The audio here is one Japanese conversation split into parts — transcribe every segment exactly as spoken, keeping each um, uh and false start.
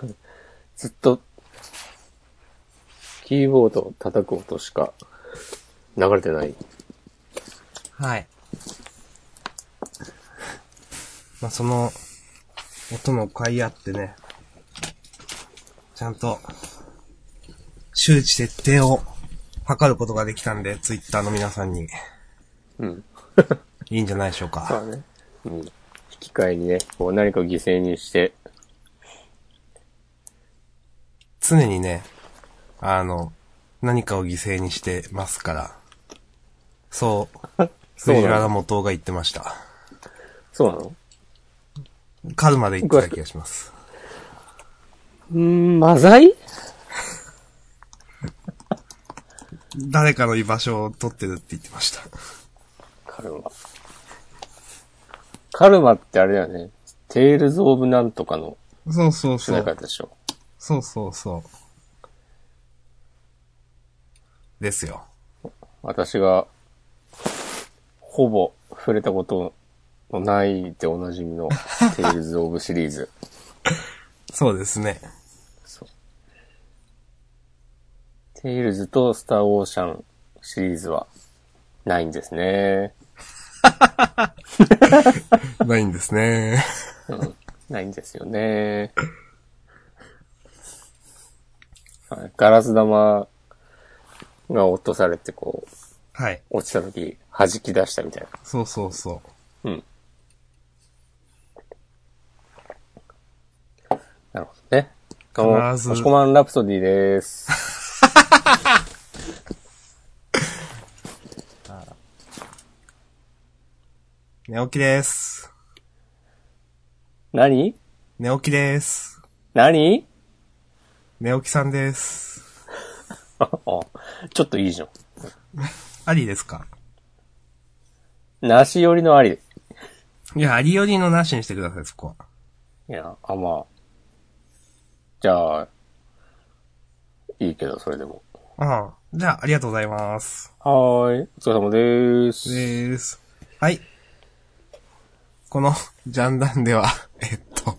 ずっと、キーボードを叩く音しか流れてない。 はい。まあ、その、音の甲斐あってね、ちゃんと、周知徹底を図ることができたんで、ツイッターの皆さんに。 うん。 いいんじゃないでしょうか。 そうだね。うん。引き換えにね、こう何かを犠牲にして。 常にね、あの、何かを犠牲にしてますから。そう、藤原元夫が言ってました。 そうなの？ カルマで言ってた気がします。 うーん、マザイ？ 誰かの居場所を取ってるって言ってました。 カルマ。カルマってあれだよね。テイルズ・オブ・なんとかのそうそうそう。 主題歌でしょ。 そうそうそう。ですよ。 私が、ほぼ触れたことのないでおなじみのテイルズ・オブシリーズ。 そうですね。 そう。テイルズとスター・オーシャンシリーズはないんですね。 ないんですね。 うん。ないんですよね。ガラス玉が落とされてこう、 はい。 落ちた時弾き出したみたいな。 そうそうそう。 うん。なるほどね。どうも、 必ず押し込まんラプソディです。 寝起きです。 何？ 寝起きです。 何？ 寝起きさんです。 あ、ちょっといいじゃん。 ありですか？ なし寄りのあり。 いや、ありよりのなしにしてください、そこは。 いや、あ、まあ。じゃあ、いいけど、それでも。 ああ。じゃあ、ありがとうございます。 はーい。お疲れ様でーす。 でーす。はい。この、ジャンダンでは、えっと、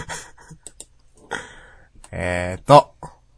えーっと、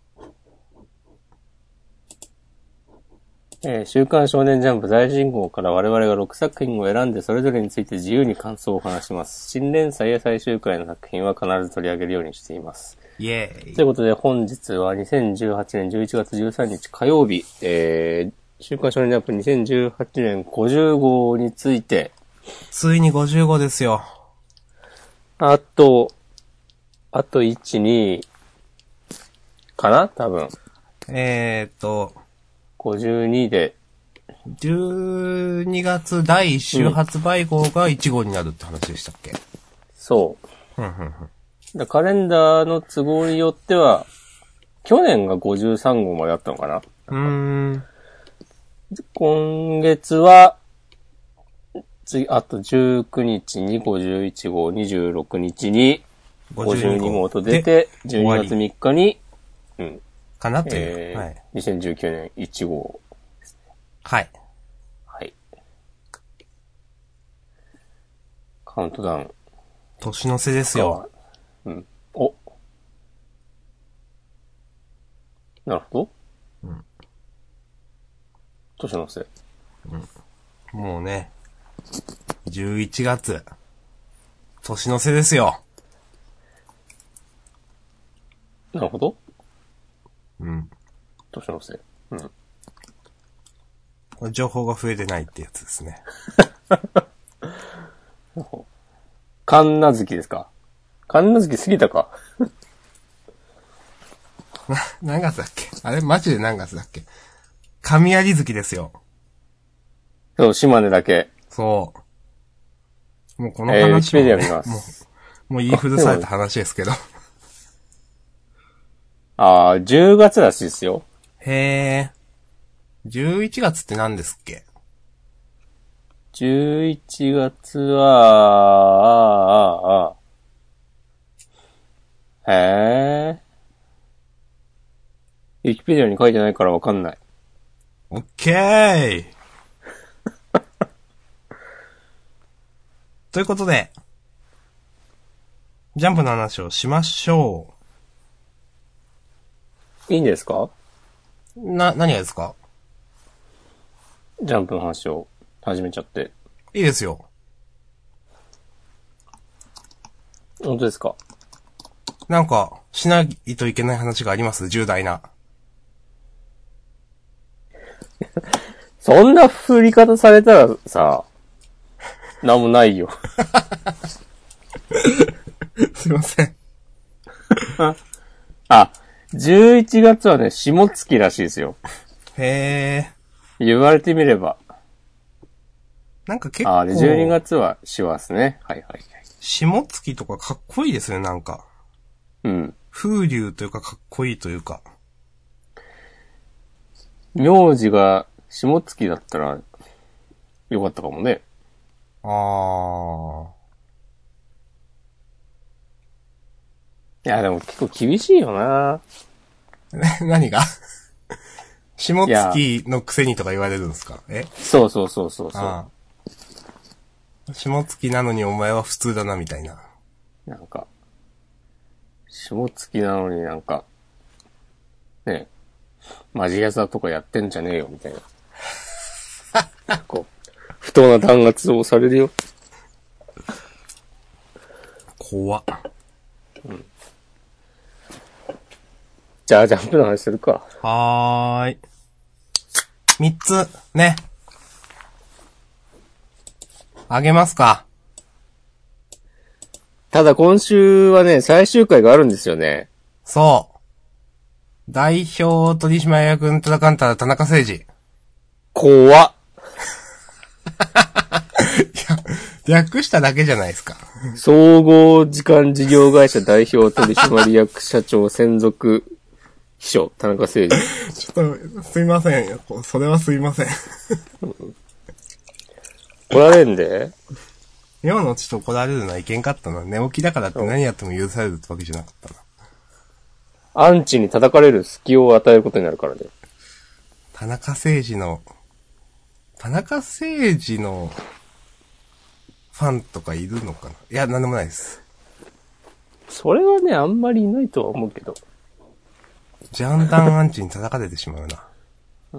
えー週刊少年ジャンプ大進号から我々がろくさく品を選んでそれぞれについて自由に感想を話します。新連載や最終回の作品は必ず取り上げるようにしています。 イェーイ。 ということで本日はにせんじゅうはちねんじゅういちがつじゅうさんにち火曜日、えー、週刊少年ジャンプにせんじゅうはちねんごじゅうごうについて、 ついにごじゅうごですよ。 あと、あといち、にかな多分。 えーっと、 ごじゅうにで、 じゅうにがつだいいっ週発売号がいち号になるって話でしたっけ？ そふんふんふん。 う。だカレンダーの都合によっては、去年がごじゅうさんごうまであったのかな？ うーん。 今月は、次、あとじゅうくにちにごじゅういちごう、にじゅうろくにちにごじゅうにごうと出て、じゅうにがつみっかに、うん。 かなという。 えーはい。 にせんじゅうきゅうねんいちごう。 はい。 はい。カウントダウン。 年の瀬ですよ。 うん。お。なるほど。 うん。 年の瀬。 うん。もうね、じゅういちがつ、年の瀬ですよ。 なるほど。 うん。 年の瀬。うん。 これ情報が増えてないってやつですね。 神奈月ですか？神奈月過ぎたか？ な、何月だっけ？あれマジで何月だっけ？神有月ですよ。 そう、島根だけ。 そう。もうこのえー、ウィキ話も、ねペディア見ます。 もう、もう言い古された話ですけど。 ああ、じゅうがつらしいですよ。 へー。じゅういちがつって何ですっけ？ じゅういちがつは、ああ、ああ、へえ。ウィキペディアに書いてないからわかんない。 オッケーということで、ジャンプの話をしましょいいんですか？ な、何がですか？ ジャンプの話を始めちゃって。 いいですよ。 本当ですか？ なんか、しないといけない話があります？重大な。 そんな振り方されたらさ、なんもないよ。 すいません。 あ、じゅういちがつはね、下月らしいですよ。 へー。 言われてみれば。 なんか結構。 あ、で、じゅうにがつは師走ね。はいはいはい。 下月とかかっこいいですね、なんか。 うん。 風流というかかっこいいというか。 名字が下月だったら、よかったかもね。 あー。 いや、でも結構厳しいよな。 何が下月のくせにとか言われるんですか？えそうそうそうそうそう。 ああ。下月なのにお前は普通だな、みたいな。 なんか、下月なのになんか、ね、マジヤザとかやってんじゃねえよ、みたいな。こう、不当な弾圧をされるよ。 怖っ。 うん。じゃあ、ジャンプの話するか。 はーい。三つ、ね。あげますか。 ただ今週はね、最終回があるんですよね。 そう。代表取締役んたらかんたら田中誠二。 怖っ。 いや、略しただけじゃないですか。 総合時間事業会社代表取締役社長専属秘書、田中誠二。 ちょっと、すいません。それはすいません。 怒られんで？ 今のちょっと怒られるのはいけんかったな。寝起きだからって何やっても許されるってわけじゃなかったな。 アンチに叩かれる隙を与えることになるからね。 田中誠二の、田中誠二のファンとかいるのかな？いや、なんでもないです。 それはね、あんまりいないとは思うけど。 ジャンダンアンチに叩かれてしまうな。 うん、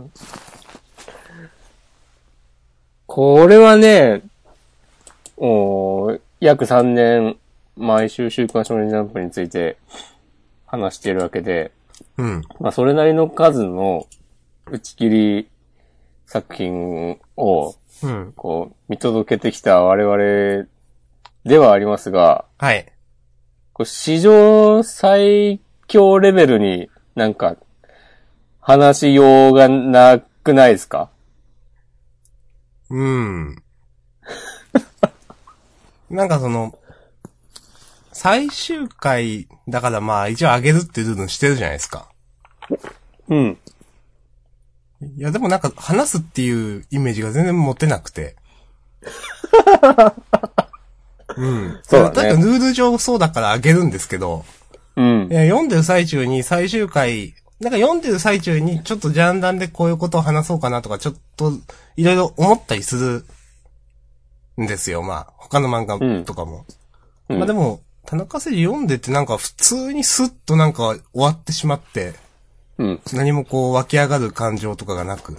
これはね、お約さんねん、毎週週刊少年ジャンプについて話しているわけで、 うん。 まあ、それなりの数の打ち切り作品を、 うん。 こう、見届けてきた我々ではありますが、 はい。 こう史上最強レベルになんか、話しようがなくないですか？ うん。なんかその、最終回、だからまあ一応上げるっていうルールしてるじゃないですか。 うん。 いやでもなんか話すっていうイメージが全然持てなくて。うん。 そうだね。 確かルール上そうだから上げるんですけど、 うん。 いや読んでる最中に最終回、なんか読んでる最中にちょっとジャンダンでこういうことを話そうかなとかちょっといろいろ思ったりするんですよ。まあ他の漫画とかも。うん、まあでも、田中誠二読んでてなんか普通にスッとなんか終わってしまって、 うん、 何もこう湧き上がる感情とかがなく、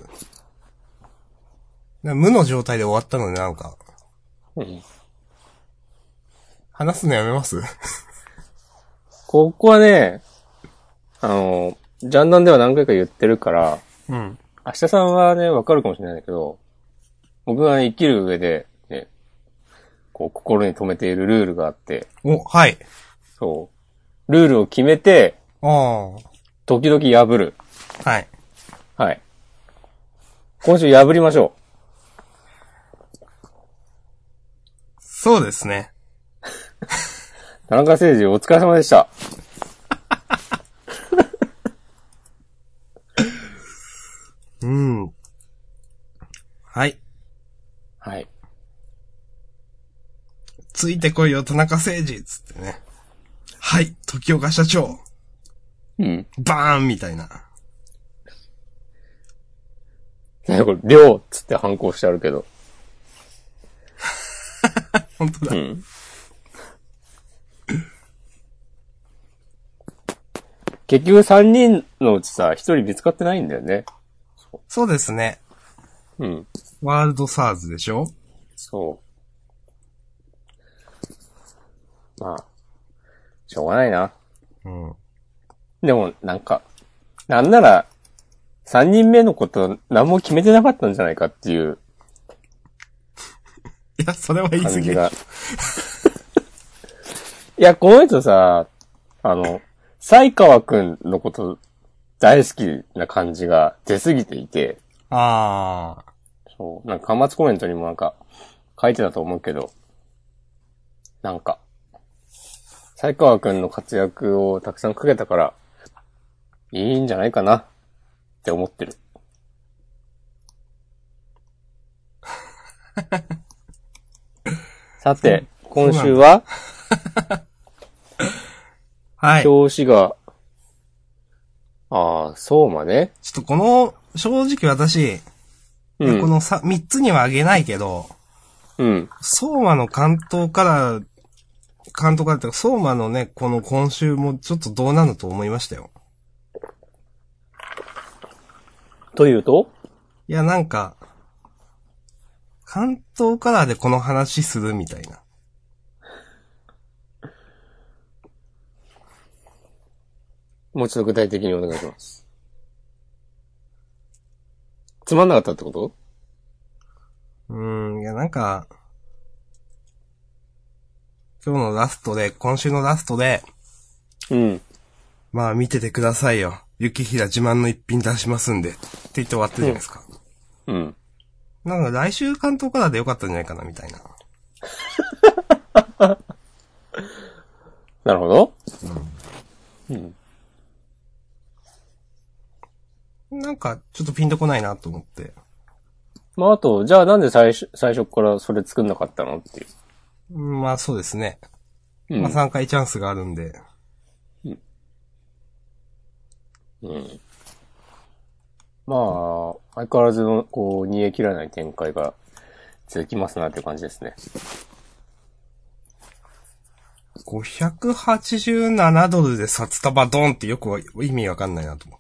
無の状態で終わったのでなんか、 うん、 話すのやめます？ ここはね、あの、ジャンダンでは何回か言ってるから、 うん。 明日さんはね、わかるかもしれないけど、僕が生きる上で、ね、こう心に留めているルールがあって、 お、はい。 そう。ルールを決めて、 ああ。 時々破る。 はい。 はい。今週破りましょう。 そうですね。 田中誠二お疲れ様でした。 うん。はい。 はい。 ついてこいよ、田中誠二つってね。はい、時岡社長。 うん。 バーンみたいな。 ね、これ、りょうっつって反抗してあるけど。 本当だ。 うん。 結局さんにんのうちさ、ひとり見つかってないんだよね。 そうですね。 うん。 ワールドサーズでしょ？ そう。まあ、しょうがないな。 うん。 でも、なんか、なんなら、さんにんめのこと何も決めてなかったんじゃないかっていういや、それは言い過ぎでしょ。 感じが。いや、この人さ、あの、才川くんのこと大好きな感じが出すぎていて、 ああ。 そう、なんか、端末コメントにもなんか、書いてたと思うけど、なんか、才川くんの活躍をたくさんかけたから、いいんじゃないかなって思ってる。さて、今週ははい。 表紙が、ああ、そうまね。 ちょっとこの、正直私、 うん。 いやこのさ、三つにはあげないけど、 うん。 相馬の関東から、関東からっていうか、相馬のね、この今週もちょっとどうなると思いましたよ。 というといや、なんか、関東カラーでこの話するみたいな。 もうちょっと具体的にお願いします。つまんなかったってこと？ うーん、いや、なんか、今日のラストで、今週のラストで、 うん。 まあ見ててくださいよ。雪平自慢の一品出しますんで。って言って終わってるじゃないですか。 うん。 なんか来週関東カラーでよかったんじゃないかな、みたいな。 なるほど。うん。 うん。なんか、ちょっとピンとこないなと思って。 まあ、あと、じゃあなんで最初、最初からそれ作んなかったのっていう。 うん、まあそうですね。 うん。 まあさんかいチャンスがあるんで。 うん。まあ、相変わらずの、こう、煮え切らない展開が続きますなっていう感じですね。 ごひゃくはちじゅうななドルで札束ドンってよくわ意味わかんないなと思って。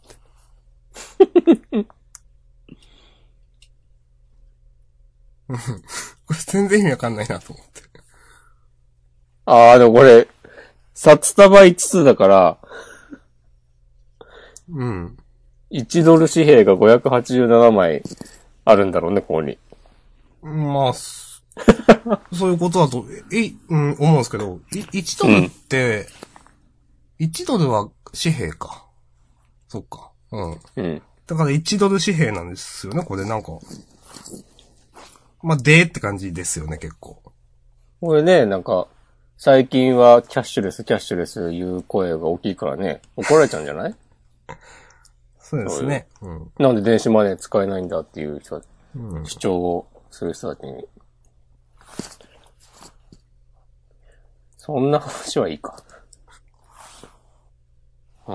これ全然意味わかんないなと思って。 ああ、でもこれ、札束いつつだから、 うん。 いちドル紙幣がごひゃくはちじゅうななまいあるんだろうね、ここに。 まあ、そそういうことだと、え、うん、思うんですけど、いいちドルって、うん、いちドルは紙幣か。そっか。うん。 うん。 だからいちドル紙幣なんですよね、これなんか。まあ、でーって感じですよね、結構。 これね、なんか、最近はキャッシュレス、キャッシュレス言う声が大きいからね、怒られちゃうんじゃない？ そうですね。うん。 なんで電子マネー使えないんだっていう人、 うん、 主張をする人たちに。そんな話はいいか。うん。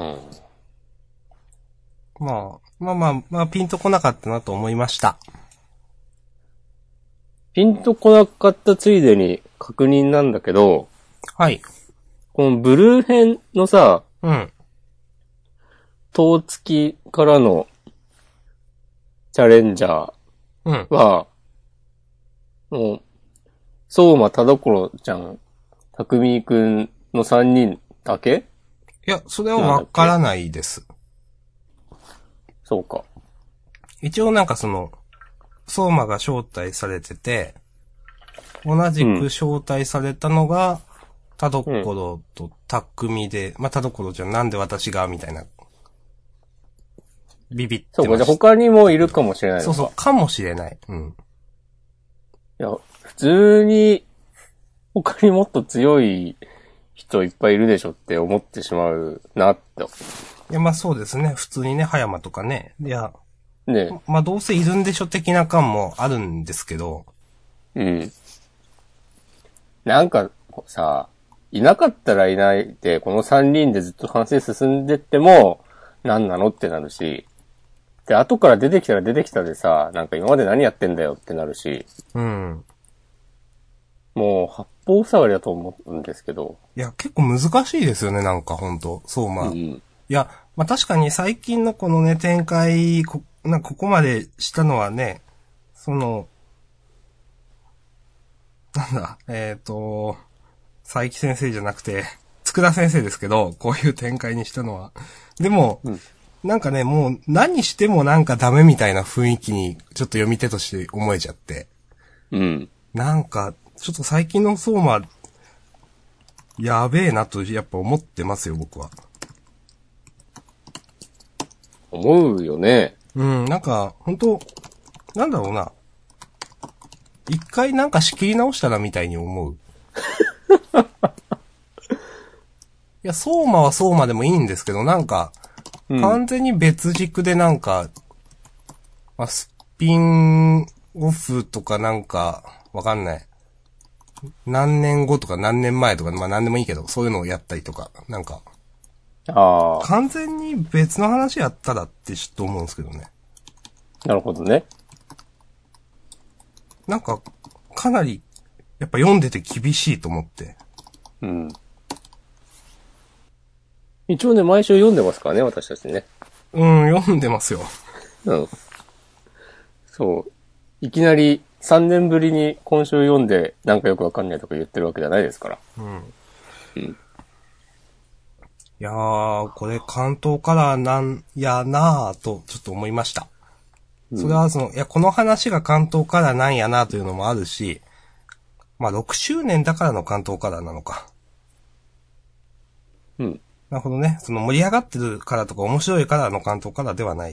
まあ、まあまあ、まあ、ピンとこなかったなと思いました。 ピンとこなかったついでに確認なんだけど、 はい。 このブルー編のさ、 うん。 塔付きからのチャレンジャーは、うん、もう、相馬田所ちゃん、匠くんのさんにんだけ？ いや、それはわからないです。 そうか。 一応なんかその、相馬が招待されてて、同じく招待されたのが、田所と匠で、うん、まあ、田所じゃんなんで私が、みたいな。ビビってました。 そうか、じゃあ他にもいるかもしれないのか。 そうそう、かもしれない。うん。 いや、普通に、他にもっと強い人いっぱいいるでしょって思ってしまうなって。 いや、まあそうですね。普通にね、葉山とかね。いや、 ね。 まあどうせいるんでしょ的な感もあるんですけど。 うん。なんか、さ、いなかったらいないで、このさんにんでずっと話進んでっても、何なのってなるし、で、後から出てきたら出てきたでさ、なんか今まで何やってんだよってなるし、 うん。 もう八方塞がりだと思うんですけど。 いや、結構難しいですよね、なんかほんと。そう、まあ。 うん、 いや、 まあ確かに最近のこのね、展開、こ、なんかここまでしたのはね、その、なんだ、えっ、ー、と、佐伯先生じゃなくて、佃先生ですけど、こういう展開にしたのは。でも、うん、なんかね、もう何してもなんかダメみたいな雰囲気に、ちょっと読み手として思えちゃって。 うん。 なんか、ちょっと最近の相馬、やべえなとやっぱ思ってますよ、僕は。 思うよね。 うん、なんか、本当なんだろうな。一回なんか仕切り直したらみたいに思う。いや、相馬は相馬でもいいんですけど、なんか、うん、完全に別軸でなんか、まあ、スピンオフとかなんか、わかんない。何年後とか何年前とか、まあ何でもいいけど、そういうのをやったりとか、なんか、 ああ。 完全に別の話やったらってちょっと思うんですけどね。 なるほどね。 なんか、かなり、やっぱ読んでて厳しいと思って。 うん。一応ね、毎週読んでますからね、私たちね。 うん、読んでますよ。 うん。そう。いきなりさんねんぶりに今週読んでなんかよくわかんないとか言ってるわけじゃないですから。 うん。 うん。 いやー、これ関東カラーなんやなーとちょっと思いました。それはその、いや、この話が関東カラーなんやなというのもあるし、まあ、ろくしゅうねんだからの関東カラーなのか。 うん。 なるほどね。その盛り上がってるからとか面白いからの関東カラーではない。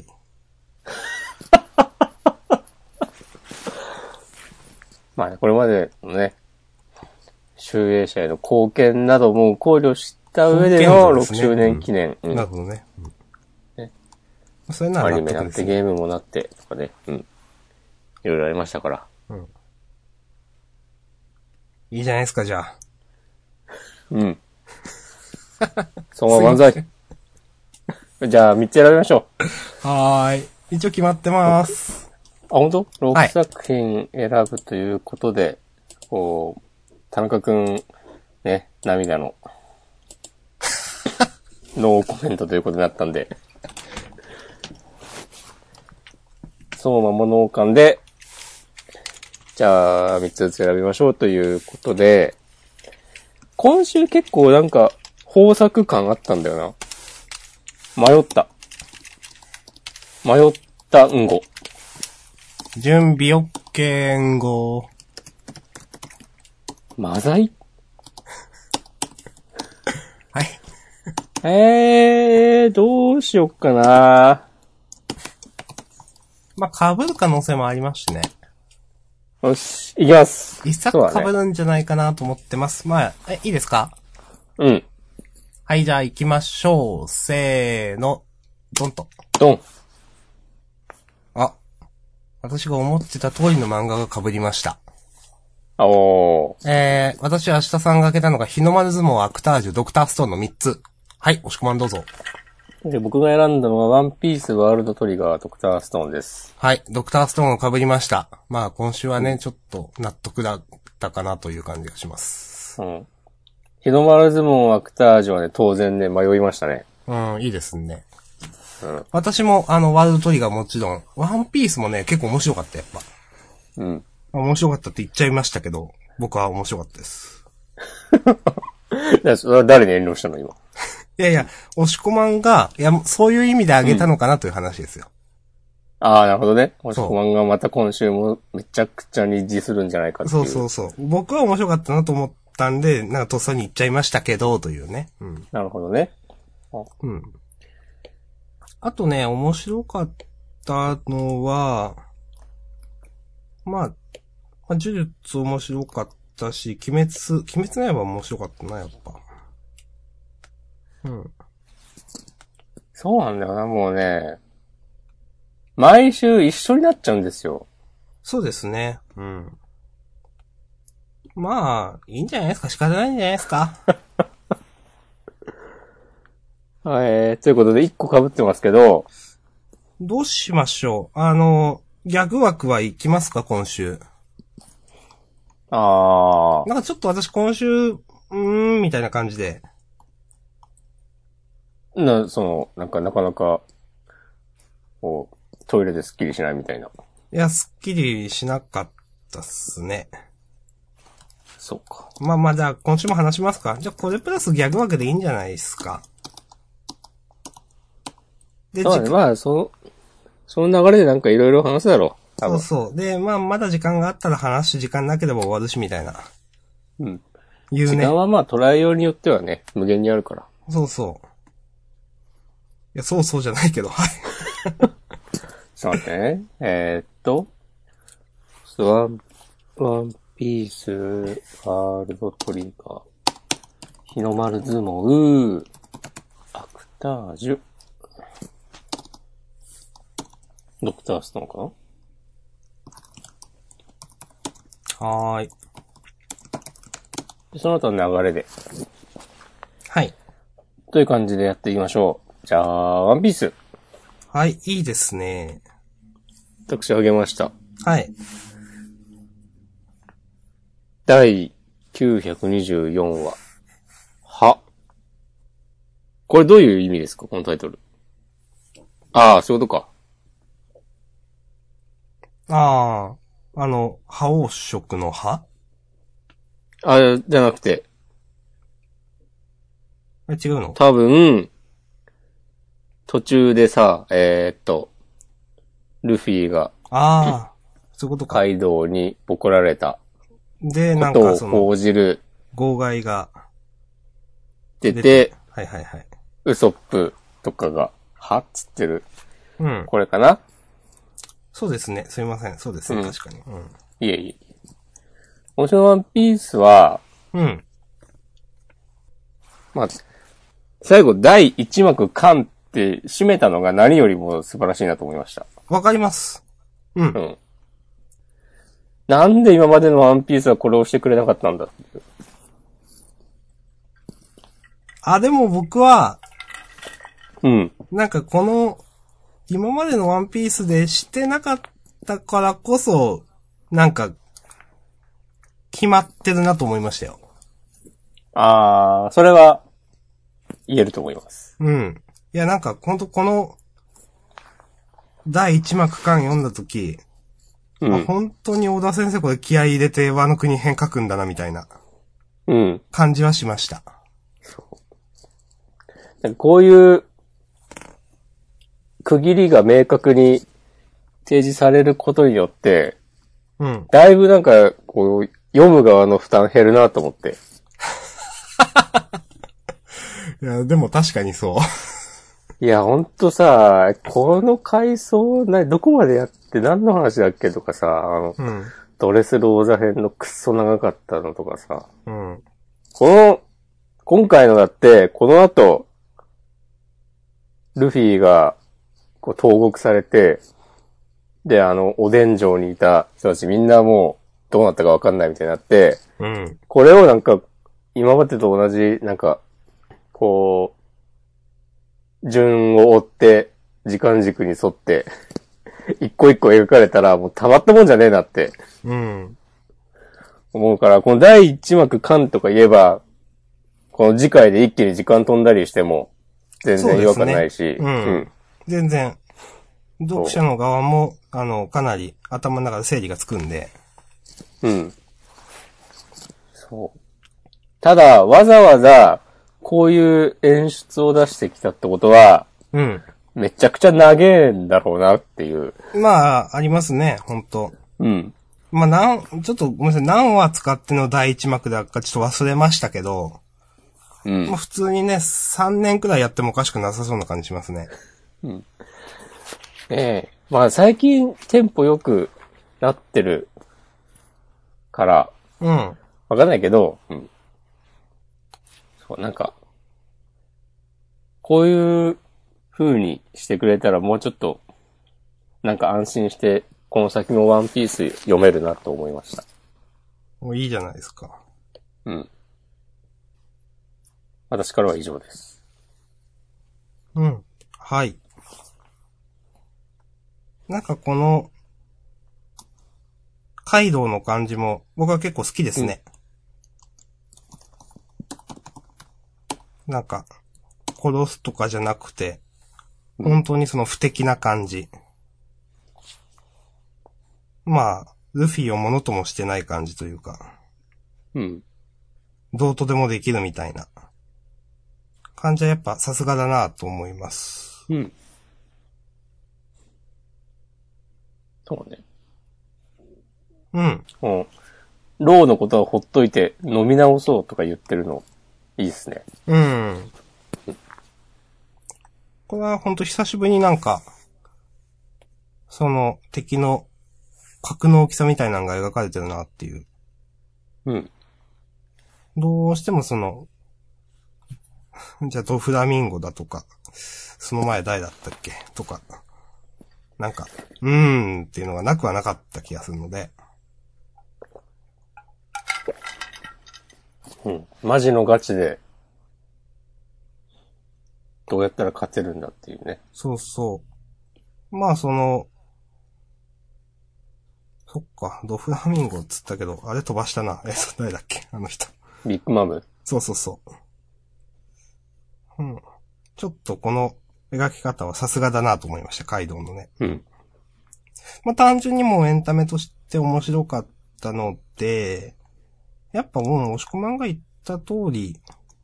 まあね、これまでのね、集英社への貢献なども考慮した上でのろくしゅうねん記念。 うんうん、なるほどね。うんねそれならアニメなってゲームもなってとかね。うん。いろいろありましたから。 うん。いいじゃないですか、じゃあ。 うん。そのまま漫才。じゃあみっつ選びましょう。はーい。一応決まってます。 あ、本当？ ろく 作品選ぶということで、はい、こう、田中くん、ね、涙の、ノーコメントということになったんで、そうまもノーカンで、じゃあみっつずつ選びましょうということで、今週結構なんか、豊作感あったんだよな。迷った。迷ったんご。 準備 OK んご。 マザイはい。 えー、どうしよっかな。 まあ、被る可能性もありますしね。 よし、いきます。 一作被るんじゃないかなと思ってます。ね、まあ、え、いいですか？ うん。 はい、じゃあ行きましょう。せーの。ドンと。 ドン。 あ。私が思ってた通りの漫画が被りました。 おー。 えー、私は明日さんが挙げたのが、日の丸相撲、アクタージュ、ドクターストーンのみっつ。はい、押し込まんどうぞ。 で、僕が選んだのは、ワンピースワールドトリガー、ドクターストーンです。 はい、ドクターストーンを被りました。まあ、今週はね、うん、ちょっと納得だったかなという感じがします。 うん。日の丸相撲、アクタージュはね、当然ね、迷いましたね。 うん、いいですね。 うん、 私も、あの、ワールドトリガーもちろん、ワンピースもね、結構面白かった、やっぱ。 うん。 面白かったって言っちゃいましたけど、僕は面白かったです。 いや、それは誰に遠慮したの、今。 いやいや、押し込まんが、いや、そういう意味であげたのかなという話ですよ。 うん、ああ、なるほどね。押し込まんがまた今週もめちゃくちゃに自するんじゃないかっていう。 そうそうそう。僕は面白かったなと思ったんで、なんかとっさに言っちゃいましたけど、というね。うん。 なるほどね。 うん。あとね、面白かったのは、まあ、まあ、呪術面白かったし、鬼滅、鬼滅の刃面白かったな、やっぱ。うん。 そうなんだよな、もうね。毎週一緒になっちゃうんですよ。 そうですね。うん。まあ、いいんじゃないですか？仕方ないんじゃないですか？ はい、えー、ということで一個被ってますけど。 どうしましょう？あの、ギャグ枠は行きますか、今週。 あー。 なんかちょっと私今週、うーん、みたいな感じで。 な、その、なんかなかなか、こう、トイレでスッキリしないみたいな。 いや、すっきりしなかったっすね。 そうか。 まあまあ、じゃあ今週も話しますか。じゃあこれプラスギャグ分けでいいんじゃないですか。で、 そうだね。 時間まあ、その、その流れでなんかいろいろ話すだろう。多分。 そうそう。で、まあまだ時間があったら話す時間なければ終わるしみたいな。 うん。 言うね。 時間はまあ捉えようによってはね、無限にあるから。 そうそう。いや、そうそうじゃないけど、はい。 ちょっと待ってね。えー、っと、ワン、ワンピース、ワールドトリガー、日の丸相撲、アクタージュ、ドクターストーンかなはーい。 でその後の流れで、 はい。 という感じでやっていきましょう。じゃあ、ワンピース。 はい、いいですね。 私あげました。 はい。 第きゅうひゃくにじゅうよんわ。は。これどういう意味ですかこのタイトル。ああ、そういうことか。 ああ、あの、覇王色の覇あ、じゃなくて、 え、違うの多分、途中でさ、えー、っと、ルフィがああ、そういうことか。 カイドウにボコられたで、なんことをかその、 報じる号外が出て、 はいはいはい。 ウソップとかが、はっつってる。 うん。 これかなそうですね。すいません。そうですね。 うん確かに。 いえいえ。もちろんワンピースは、 うん。うん。 まあ、最後第一幕完って締めたのが何よりも素晴らしいなと思いました。 わかります。うん。 うん。なんで今までのワンピースはこれをしてくれなかったんだっていう。 あ、でも僕は、 うん。 なんかこの、今までのワンピースでしてなかったからこそ、なんか、決まってるなと思いましたよ。 あー、それは言えると思います。 うん。いや、なんか、ほんとこの、第一幕巻読んだとき、あ、 うん。 本当に小田先生これ気合い入れて和の国編書くんだなみたいなうん。 感じはしました。 なんかこういう区切りが明確に提示されることによって、 うん。 だいぶなんか、こう、読む側の負担減るなと思って。 いや、でも確かにそう。 いや、ほんとさ、この回想、な、どこまでやって何の話だっけとかさ、あの、 うん。 ドレスローザ編のくっそ長かったのとかさ、 うん。 この、今回のだって、この後、ルフィが、こう、投獄されて、で、あの、おでん城にいた人たちみんなもう、どうなったかわかんないみたいになって、 うん。 これをなんか、今までと同じ、なんか、こう、順を追って、時間軸に沿って、一個一個描かれたら、もうたまったもんじゃねえなって、 うん。 思うから、この第一幕巻とか言えば、この次回で一気に時間飛んだりしても、全然違和感ないし、 う、ね、うん。うん。全然、読者の側も、あの、かなり頭の中で整理がつくんで。 うん。そう。ただ、わざわざ、こういう演出を出してきたってことは、 うん。 めちゃくちゃ長えんだろうなっていう。 まあ、ありますね、ほんと。 うん。 まあ、なん、ちょっとごめんなさい、何話使っての第一幕だかちょっと忘れましたけど、 うん。 まあ普通にね、さんねんくらいやってもおかしくなさそうな感じしますね。 うん。ええまあ最近テンポ良くなってるから、 うん。 わかんないけど、うん。そう、なんか、こういう風にしてくれたらもうちょっと、なんか安心して、この先もワンピース読めるなと思いました。 もういいじゃないですか。 うん。私からは以上です。 うん。はい。なんかこの、カイドウの感じも、僕は結構好きですね。うん、なんか、 殺すとかじゃなくて、本当にその不敵な感じ。まあ、ルフィをものともしてない感じというか。 うん。 どうとでもできるみたいな感じはやっぱさすがだなと思います。 うん。そうね。 うん。 うん。ローのことはほっといて飲み直そうとか言ってるの、いいですね。 うん。これはほんと久しぶりになんか、その敵の格の大きさみたいなのが描かれてるなっていう。 うん。 どうしてもその、じゃあドフラミンゴだとか、その前誰だったっけとか、なんか、うーんっていうのがなくはなかった気がするので。 うん。マジのガチで、どうやったら勝てるんだっていうね。 そうそう。まあその、そっか、ドフラミンゴっつったけど、あれ飛ばしたな。え、そ、誰だっけあの人。 ビッグマム。 そうそうそう。うん。ちょっとこの描き方はさすがだなと思いました、カイドウのね。 うん。 まあ単純にもうエンタメとして面白かったので、やっぱもう押し込まんが言った通り、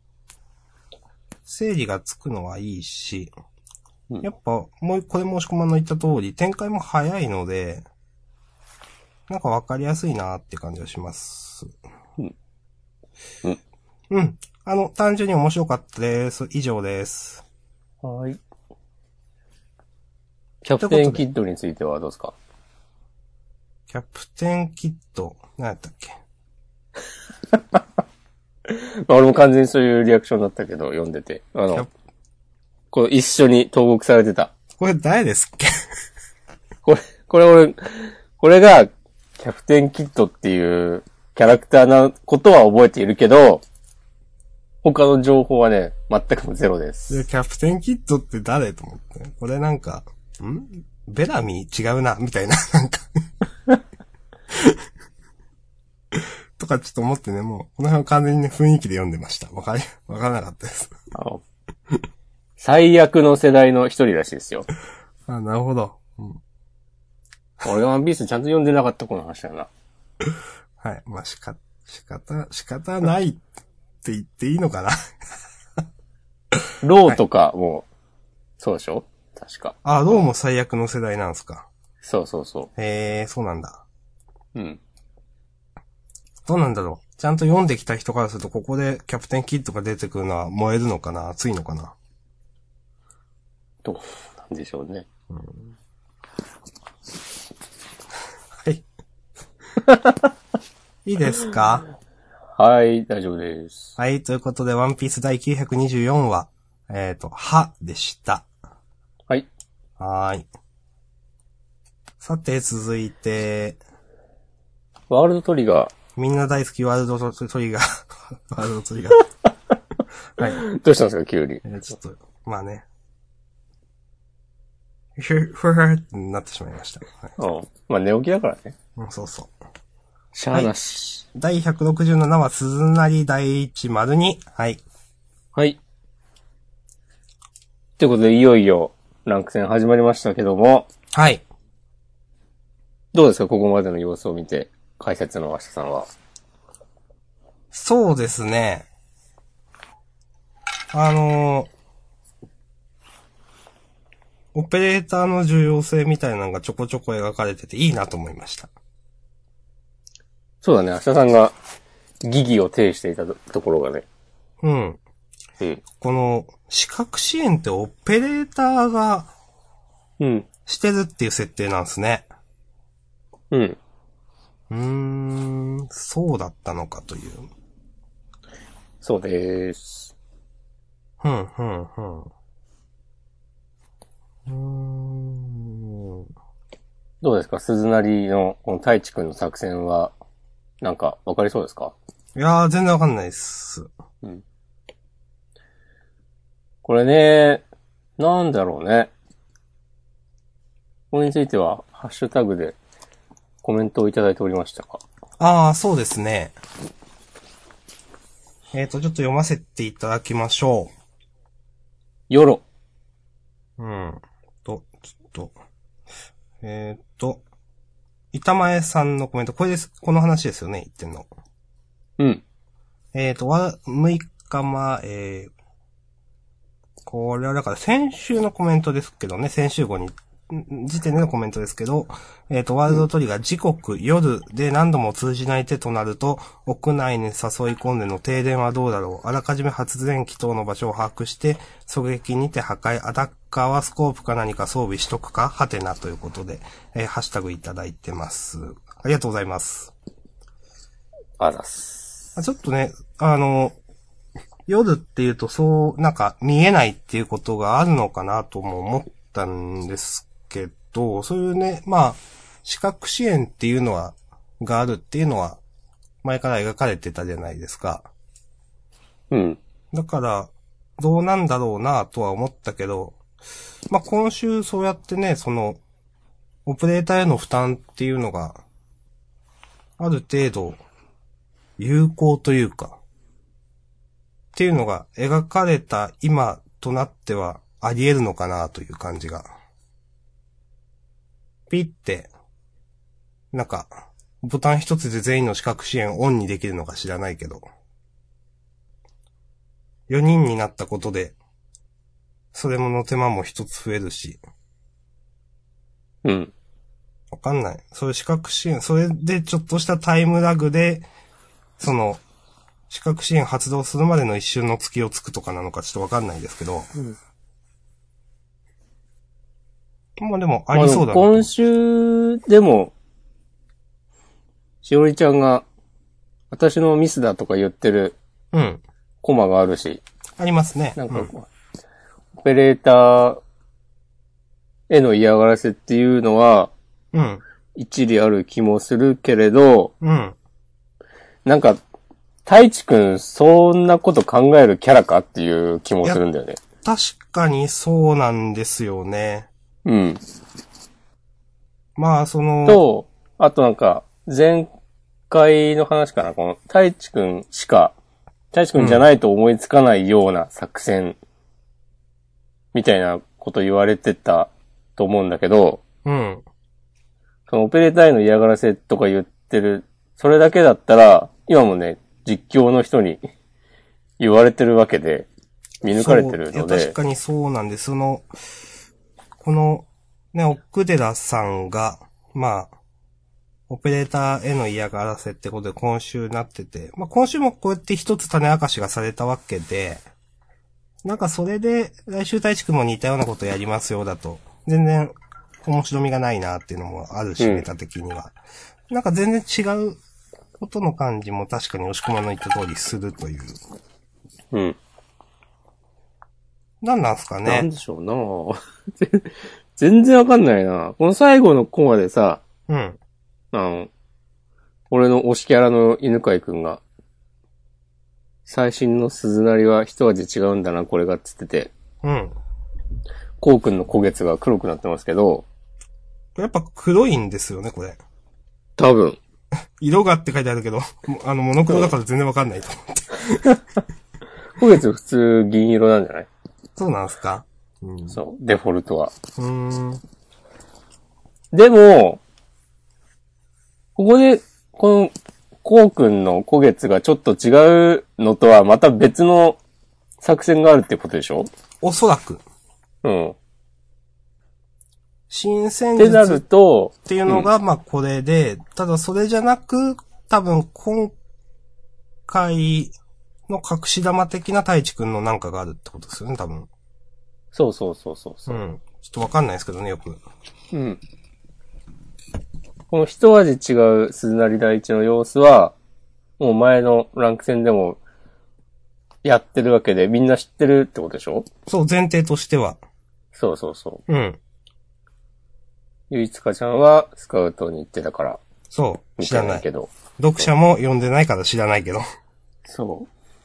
整理がつくのはいいし、 うん、 やっぱもうこれも押し込まんの言った通り、展開も早いので、なんかわかりやすいなって感じがします。 うん。うん。 うん。あの、単純に面白かったです。以上です。 はい。キャプテンキッドについてはどうですか？ キャプテンキッド、何やったっけ俺も完全にそういうリアクションだったけど、読んでて。あの、これ一緒に投獄されてた。 これ誰ですっけこれ、これ俺、これが、キャプテンキッドっていうキャラクターなことは覚えているけど、他の情報はね、全くゼロです。 キャプテンキッドって誰と思って。これなんか、んベラミー違うな、みたいな、なんかとかちょっと思ってね、もう、この辺は完全にね、雰囲気で読んでました。わかり、わからなかったです。 あの最悪の世代の一人らしいですよ。 あ、なるほど。うん、 俺がワンピースちゃんと読んでなかったこの話だな。 はい。まあ、しか、仕方、仕方ないって言っていいのかなローとかも、はい、そうでしょ確か。 あ、ローも最悪の世代なんすか。 そうそうそう。 へえ、そうなんだ。 うん。 どうなんだろう。ちゃんと読んできた人からすると、ここでキャプテンキッドが出てくるのは燃えるのかな熱いのかなどうなんでしょうね。 うん、はい。いいですか？ はい、大丈夫です。 はい、ということで、ワンピース第きゅうひゃくにじゅうよん話、えっと、はでした。 はい。 はーい。さて、続いて、 ワールドトリガー。 みんな大好きワールドトリガー。ワールドトリガー。はい。 どうしたんですか、急に。 えー、ちょっと、まあね。ふふふふってなってしまいました。 はい、うん。まあ寝起きだからね。 うん、そうそう。 しゃーなし。 はい、だいひゃくろくじゅうなな話、鈴なり第一丸に。はい。 はい。ということで、いよいよ、ランク戦始まりましたけども。 はい。 どうですか、ここまでの様子を見て、解説の明日さんは。 そうですね。あのー、オペレーターの重要性みたいなのがちょこちょこ描かれてていいなと思いました。 そうだね、明日さんが疑義を呈していたところがね。 うん。 うん。この、視覚支援ってオペレーターが、 うん。 してるっていう設定なんですね。 うん。 うーん、そうだったのかという。 そうでーす。 ふん、ふん、ふん。うーん。 どうですか、鈴なりの、この太一くんの作戦は、なんか、わかりそうですか？ いやー、全然わかんないっす。 うん。これね、なんだろうね。これについては、ハッシュタグでコメントをいただいておりましたか？ ああ、そうですね。えっと、ちょっと読ませていただきましょう。 よろ。 うん。と、ちょっと。えーっと、板前さんのコメント、これです、この話ですよね、言ってんの。 うん。 えーっと、わ、むいかまえー、これはだから先週のコメントですけどね、先週後に、ん時点でのコメントですけど、えっ、と、ワールドトリガー時刻、夜で何度も通じない手となると、屋内に誘い込んでの停電はどうだろう。あらかじめ発電機等の場所を把握して、狙撃にて破壊、アタッカーはスコープか何か装備しとくかはてなということで、えーハッシュタグいただいてます。ありがとうございます。 あざっす。 あちょっとね、あの、夜っていうとそう、なんか見えないっていうことがあるのかなとも思ったんですけど、そういうね、まあ、視覚支援っていうのは、があるっていうのは、前から描かれてたじゃないですか。 うん。 だから、どうなんだろうなとは思ったけど、まあ今週そうやってね、その、オペレーターへの負担っていうのが、ある程度、有効というか、っていうのが描かれた今となってはあり得るのかなという感じが。ピッて、なんか、ボタン一つで全員の視覚支援オンにできるのか知らないけど。よにんになったことで、それもの手間も一つ増えるし。 うん。 わかんない。そういう視覚支援、それでちょっとしたタイムラグで、その、視覚支援発動するまでの一瞬の月をつくとかなのかちょっとわかんないですけど。 うん。 まあでもありそうだなと。 今週でも、しおりちゃんが、私のミスだとか言ってる、 うん。 コマがあるし。 ありますね。 なんかこう、うん、オペレーターへの嫌がらせっていうのは、 うん。 一理ある気もするけれど、 うん。 なんか、太一くん、そんなこと考えるキャラかっていう気もするんだよね。 確かにそうなんですよね。 うん。 まあ、その。 と、あとなんか、前回の話かな、この、太一くんしか、太一くんじゃないと思いつかないような作戦、みたいなこと言われてたと思うんだけど、 うん。 そのオペレーターへの嫌がらせとか言ってる、それだけだったら、今もね、実況の人に言われてるわけで、見抜かれてるので。 いや、確かにそうなんです。その、この、ね、奥寺さんが、まあ、オペレーターへの嫌がらせってことで今週なってて、まあ今週もこうやって一つ種明かしがされたわけで、なんかそれで来週太一くんも似たようなことやりますよだと、全然面白みがないなっていうのもあるし、 うん、 ネタ的には。なんか全然違うことの感じも確かに押し込まの言った通りするという。 うん。 なんなんすかね。 なんでしょうな全然わかんないな。この最後のコマでさ、 うん。 あの、俺の推しキャラの犬飼くんが、最新の鈴なりは一味違うんだな、これがっつってて。 うん。 こうくんの焦月が黒くなってますけど。 やっぱ黒いんですよね、これ。 多分。 色がって書いてあるけど、あの、モノクロだから全然わかんないと思って。 焦月普通銀色なんじゃない？ そうなんすか？ うん、そう、デフォルトは。 うーん。 でも、ここで、この、こうくんの焦月がちょっと違うのとはまた別の作戦があるってことでしょ？ おそらく。 うん。 新戦ってなる術と、 っていうのが、まあこれで、うん、ただそれじゃなく、多分今回の隠し玉的な太一くんのなんかがあるってことですよね、多分。 そうそうそうそうそう。 うん。ちょっとわかんないですけどね、よく。 うん。この一味違う鈴なり第一の様子は、もう前のランク戦でもやってるわけで、みんな知ってるってことでしょ？ そう、前提としては。 そうそうそう。うん。 ゆいつかちゃんはスカウトに行ってたから。 そう、知らない。 けど。 読者も読んでないから知らないけど。 そう。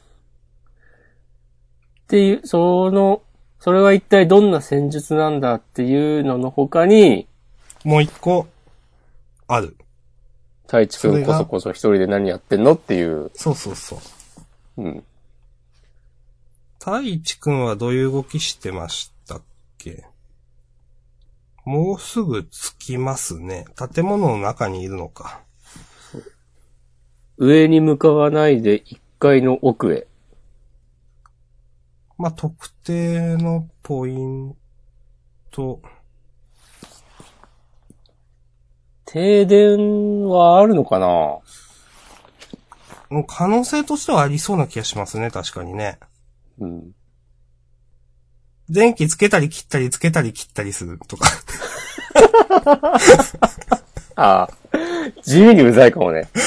っていう、その、それは一体どんな戦術なんだっていうのの他に、 もう一個、ある。 太一くんこそこそ一人で何やってんのっていう。 そうそうそう。 うん。 太一くんはどういう動きしてましたっけ？もうすぐ着きますね。建物の中にいるのか。 上に向かわないでいっかいの奥へ。 まあ、特定のポイント。 停電はあるのかな？ 可能性としてはありそうな気がしますね、確かにね。 うん。 電気つけたり切ったりつけたり切ったりするとか。 ああ。地味にうざいかもね。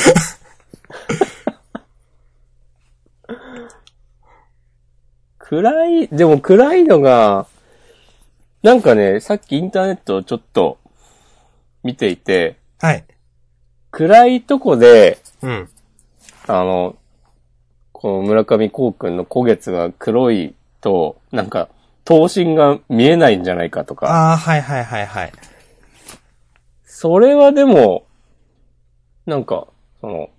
暗い、でも暗いのが、なんかね、さっきインターネットをちょっと見ていて、 はい。 暗いとこで、 うん。 あの、この村上光くんの古月が黒いと、なんか、頭身が見えないんじゃないかとか。 ああ、はいはいはいはい。 それはでも、なんか、その、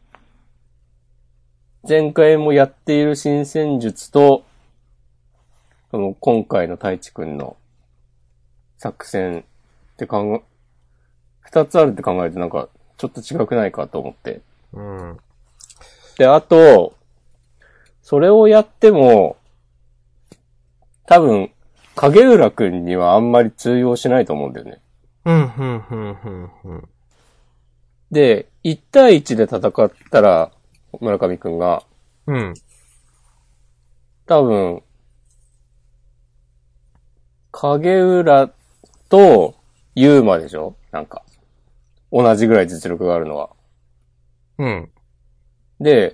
前回もやっている新戦術と、その今回の太一くんの作戦って考え、二つあるって考えるとなんか、ちょっと違くないかと思って。 うん。 で、あと、それをやっても、多分、影浦くんにはあんまり通用しないと思うんだよね。 うん、ふん、ふん、ふん、ふん。 で、いち対いちで戦ったら、村上くんが、 うん。 多分、影浦と、ユーマでしょ？なんか。同じぐらい実力があるのは。 うん。 で、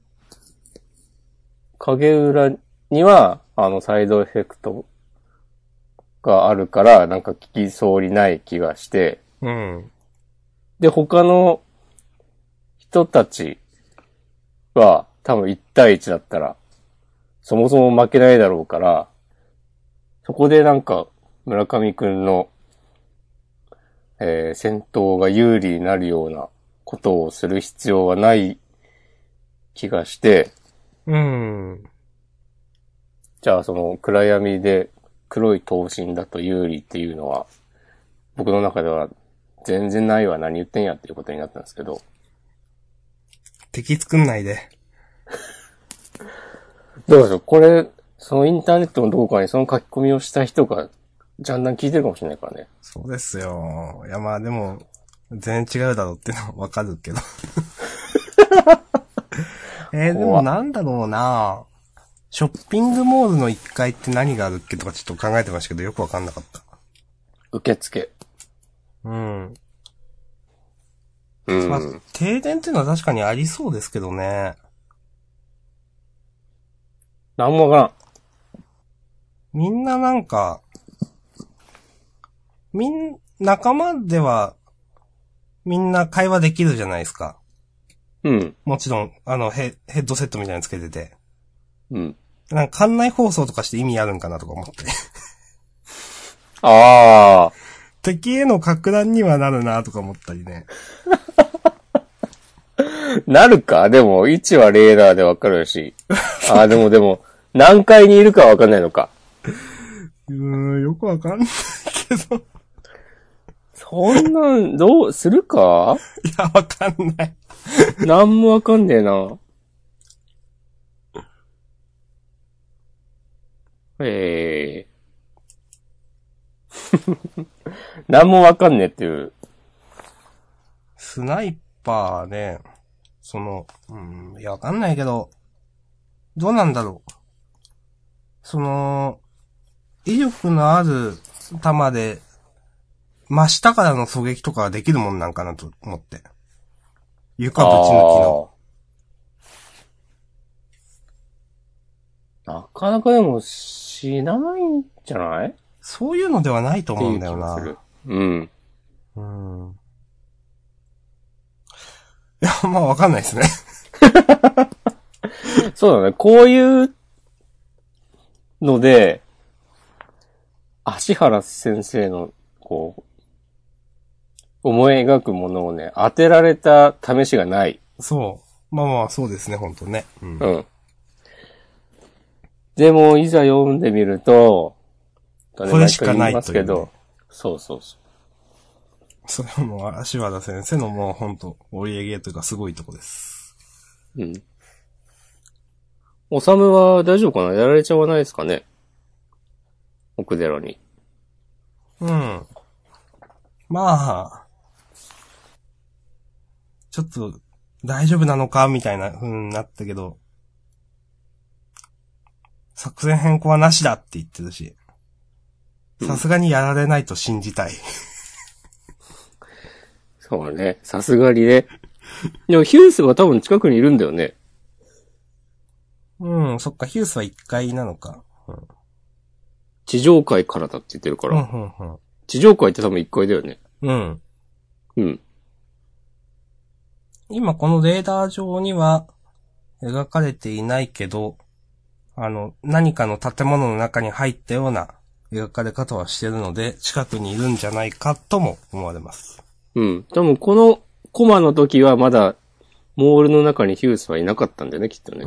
影浦には、あの、サイドエフェクトがあるから、なんか効きそうにない気がして、 うん。 で、他の人たちは、多分いち対いちだったら、そもそも負けないだろうから、そこでなんか、村上くんの、えー、戦闘が有利になるようなことをする必要はない気がして、 うん。 じゃあその暗闇で黒い頭身だと有利っていうのは、僕の中では全然ないわ、何言ってんやっていうことになったんですけど。 敵作んないで。 どうでしょう、これ、そのインターネットのどこかにその書き込みをした人が、じゃんだん聞いてるかもしれないからね。 そうですよ。いや、まあでも、全然違うだろうっていうのはわかるけど。えー、でもなんだろうなショッピングモールのいっかいって何があるっけとかちょっと考えてましたけど、よくわかんなかった。 受付。 うん。 うん。 まあ、停電っていうのは確かにありそうですけどね。 なんもわからん。 みんななんか、みん、仲間では、みんな会話できるじゃないですか。 うん。 もちろん、あの、ヘ、ヘッドセットみたいなのつけてて。 うん。 なんか、館内放送とかして意味あるんかなとか思って。 ああ。 敵への格段にはなるなとか思ったりね。 なるか？でも、位置はレーダーでわかるし。ああ、でもでも、何階にいるかわかんないのか。 うーん、よくわかんないけど。 そんなん、どう、するか？ いや、わかんない。 なんもわかんねえな。ええー。なんもわかんねえっていう。 スナイパーね、その、うん、いや、わかんないけど、どうなんだろう。その、威力のある弾で、真下からの狙撃とかはできるもんなんかなと思って。床ぶち抜きの。 なかなかでも、死なないんじゃない？ そういうのではないと思うんだよな。 うん。 うん。いや、まあわかんないですね。 そうだね。こういうので、芦原先生の、こう、思い描くものをね、当てられた試しがない。 そう。まあまあ、そうですね、ほんとね。うん。 うん。 でも、いざ読んでみると、 これしかないというね毎回言いますけど、そうそうそそれはもう、足和田先生のもうほんと、お家芸というかすごいとこです。 う。うん。おさむは大丈夫かな？やられちゃわないですかね？奥寺に。 うん。まあ、ちょっと、大丈夫なのかみたいな風になったけど、作戦変更はなしだって言ってるし、さすがにやられないと信じたい。 そうね。さすがにね。でもヒュースは多分近くにいるんだよね。 うん、そっか、ヒュースはいっかいなのか。うん、 地上階からだって言ってるから。 うん、うん、うん。 地上階って多分いっかいだよね。 うん。 うん。 今このレーダー上には描かれていないけど、あの、何かの建物の中に入ったような描かれ方はしてるので、近くにいるんじゃないかとも思われます。 うん。多分このコマの時はまだモールの中にヒュースはいなかったんだよね、きっとね。 うん。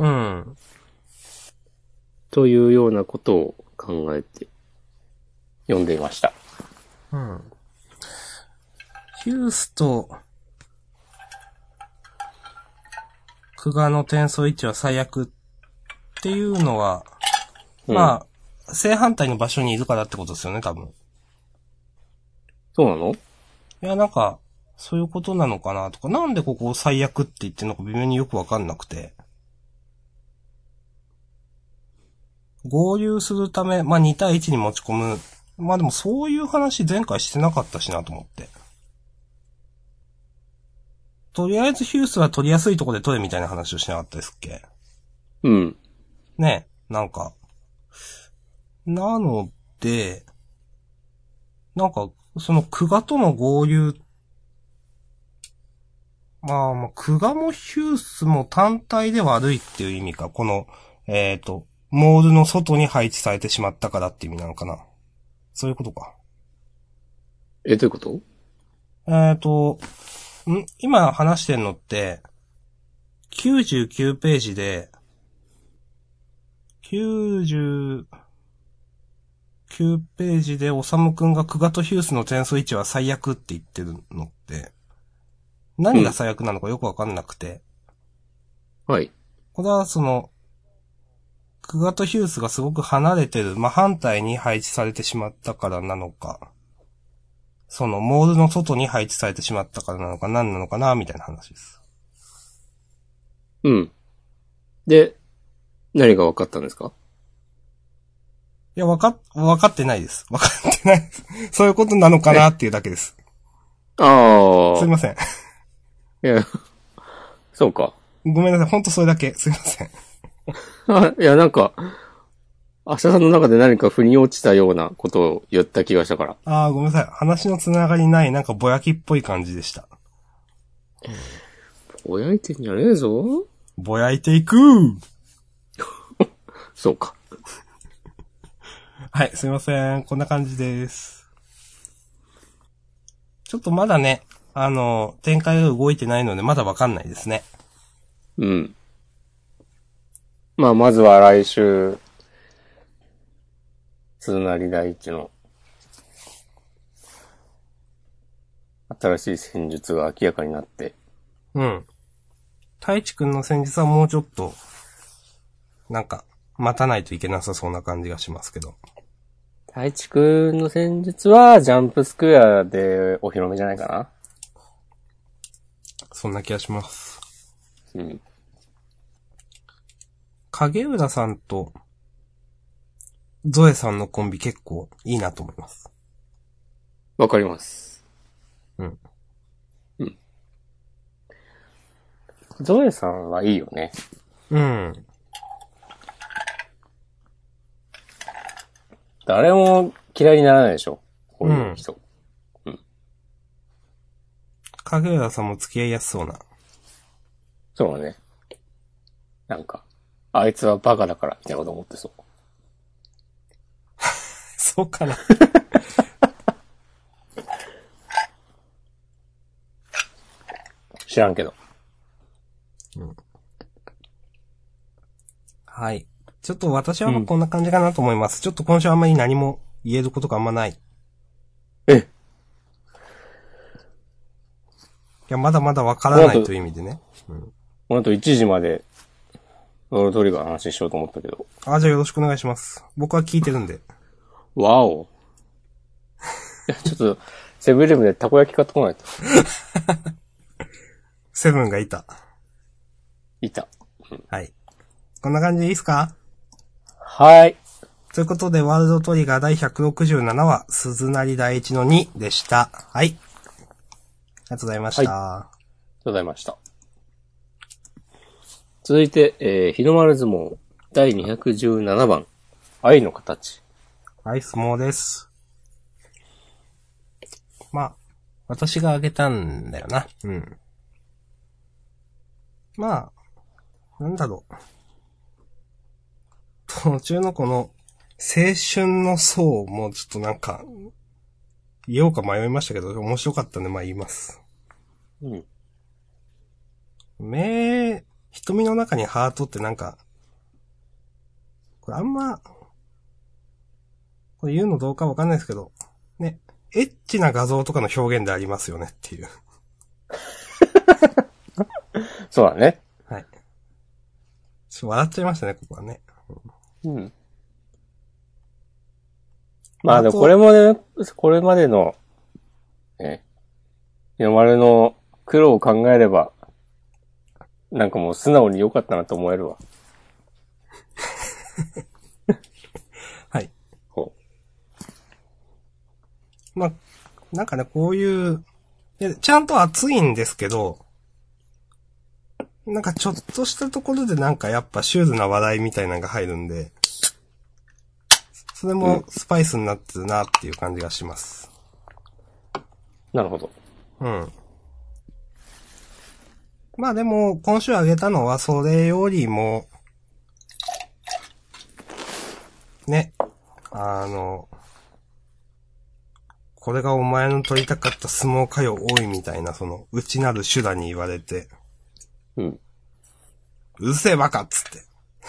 というようなことを考えて読んでいました。 うん。ヒュースと、久我の転送位置は最悪っていうのは、 うん、 まあ、正反対の場所にいるからってことですよね、多分。 そうなの？ いや、なんか、そういうことなのかなとか、なんでここを最悪って言ってるのか微妙によくわかんなくて。合流するため、まあに対いちに持ち込む。まあでもそういう話前回してなかったしなと思って。とりあえずヒュースは取りやすいところで取れみたいな話をしなかったですっけ？ うん。 ねえ、なんか。なので、なんか、そのクガとの合流、まあまあ、クガもヒュースも単体で悪いっていう意味か。この、えっと、モールの外に配置されてしまったからっていう意味なのかな。そういうことか。 え、どういうこと？ えっと、ん今話してんのって、きゅうじゅうきゅうページで、きゅうじゅうきゅうページでおさむくんがクガとヒュースの転送位置は最悪って言ってるのって、何が最悪なのかよくわかんなくて。 うん、はい。 これはその、クガとヒュースがすごく離れてる、まあ、反対に配置されてしまったからなのか、そのモールの外に配置されてしまったからなのか何なのかなみたいな話です。 うん。で、何が分かったんですか？ いや、わかっ、わかってないです。わかってないです。そういうことなのかなっていうだけです。 ああ。 すいません。 いや、そうか。 ごめんなさい。ほんとそれだけ。すいません。 あ、いや、なんか、明日さんの中で何か腑に落ちたようなことを言った気がしたから。 ああ、ごめんなさい。話のつながりない、なんかぼやきっぽい感じでした。 ぼやいてんじゃねえぞ。 ぼやいていくそうか。 はい、すいません。こんな感じです。ちょっとまだね、あの、展開が動いてないので、まだわかんないですね。 うん。まあ、まずは来週、鈴なり第一の新しい戦術が明らかになって。 うん。太一くんの戦術はもうちょっと、なんか、待たないといけなさそうな感じがしますけど。 太一くんの戦術は、ジャンプスクエアでお披露目じゃないかな。 そんな気がします。 うん。 影浦さんと、ゾエさんのコンビ結構いいなと思います。 わかります。 うん。 うん。ゾエさんはいいよね。 うん。 誰も嫌いにならないでしょ。こういう人。うん。うん、 影浦さんも付き合いやすそうな。 そうだね。なんか、あいつはバカだから、みたいなこと思ってそう。 そうかな。 知らんけど。 うん。はい。 ちょっと私はもうこんな感じかなと思います。うん、ちょっと今週あんまり何も言えることがあんまない。 えいや、まだまだわからないという意味でね。 うん。この後いちじまで、ロールトリガーの話しようと思ったけど。 あ、じゃあよろしくお願いします。僕は聞いてるんで。 わお。いや、ちょっと、セブンイレブンでたこ焼き買ってこないと。 セブンがいた。 いた。 うん、はい。こんな感じでいいですか？ はい。 ということで、ワールドトリガー第ひゃくろくじゅうななわ、鈴なり第一のにでした。はい。ありがとうございました。はい、 ありがとうございました。続いて、えー、日の丸相撲第にひゃくじゅうななばん、愛の形。 はい、相撲です。まあ、私が挙げたんだよな。うん。まあ、なんだろう。途中のこの、青春の層もちょっとなんか、言おうか迷いましたけど、面白かったんで、まあ言います。 うん。 目、瞳の中にハートってなんか、これあんま、これ言うのどうかわかんないですけど、ね、エッチな画像とかの表現でありますよねっていう。 そうだね。 はい。ちょっと笑っちゃいましたね、ここはね。 うん。まあでもこれもね、これまでの、ね、日の丸の苦労を考えれば、なんかもう素直に良かったなと思えるわ。 はい。 ほう。まあ、なんかね、こういう、ちゃんと熱いんですけど、なんかちょっとしたところでなんかやっぱシュールな話題みたいなのが入るんで、それもスパイスになってるなっていう感じがします。 うん、なるほど。 うん。まあでも、今週あげたのはそれよりも、ね、あの、これがお前の取りたかった相撲かよ多いみたいな、その、内なる手段に言われて、 うん。 うるせえバカっつって。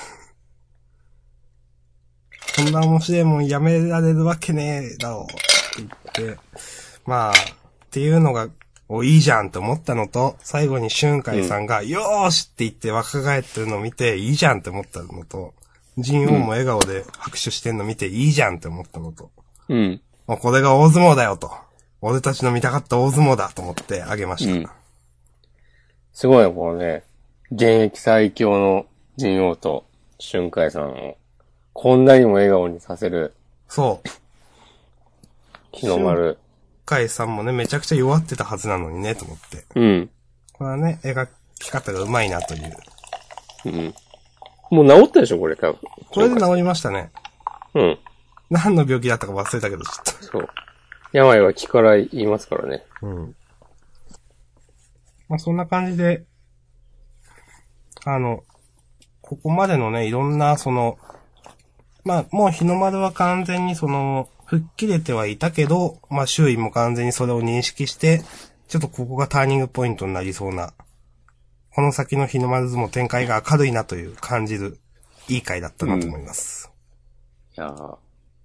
こんな面白いもんやめられるわけねえだろうって言って、まあ、っていうのが、お、いいじゃんって思ったのと、最後に春海さんが、うん、よーしって言って若返ってるのを見て、いいじゃんって思ったのと、神王も笑顔で拍手してんの見て、いいじゃんって思ったのと、 うん。 もうこれが大相撲だよと。俺たちの見たかった大相撲だと思ってあげました。うん、 すごいね、このね、現役最強の神王と春海さんを、こんなにも笑顔にさせる。 そう。 日の丸。 春海さんもね、めちゃくちゃ弱ってたはずなのにね、と思って。 うん。 これはね、描き方が上手いなという。 うん。もう治ったでしょ、これ多分。 これで治りましたね。 うん。 何の病気だったか忘れたけど、ちょっと。 そう。病は気から言いますからね。 うん。まあ、そんな感じで、あの、ここまでのね、いろんな、その、まあ、もう日の丸は完全にその、吹っ切れてはいたけど、まあ、周囲も完全にそれを認識して、ちょっとここがターニングポイントになりそうな、この先の日の丸相撲展開が明るいなという感じる、いい回だったなと思います。 うん、いやー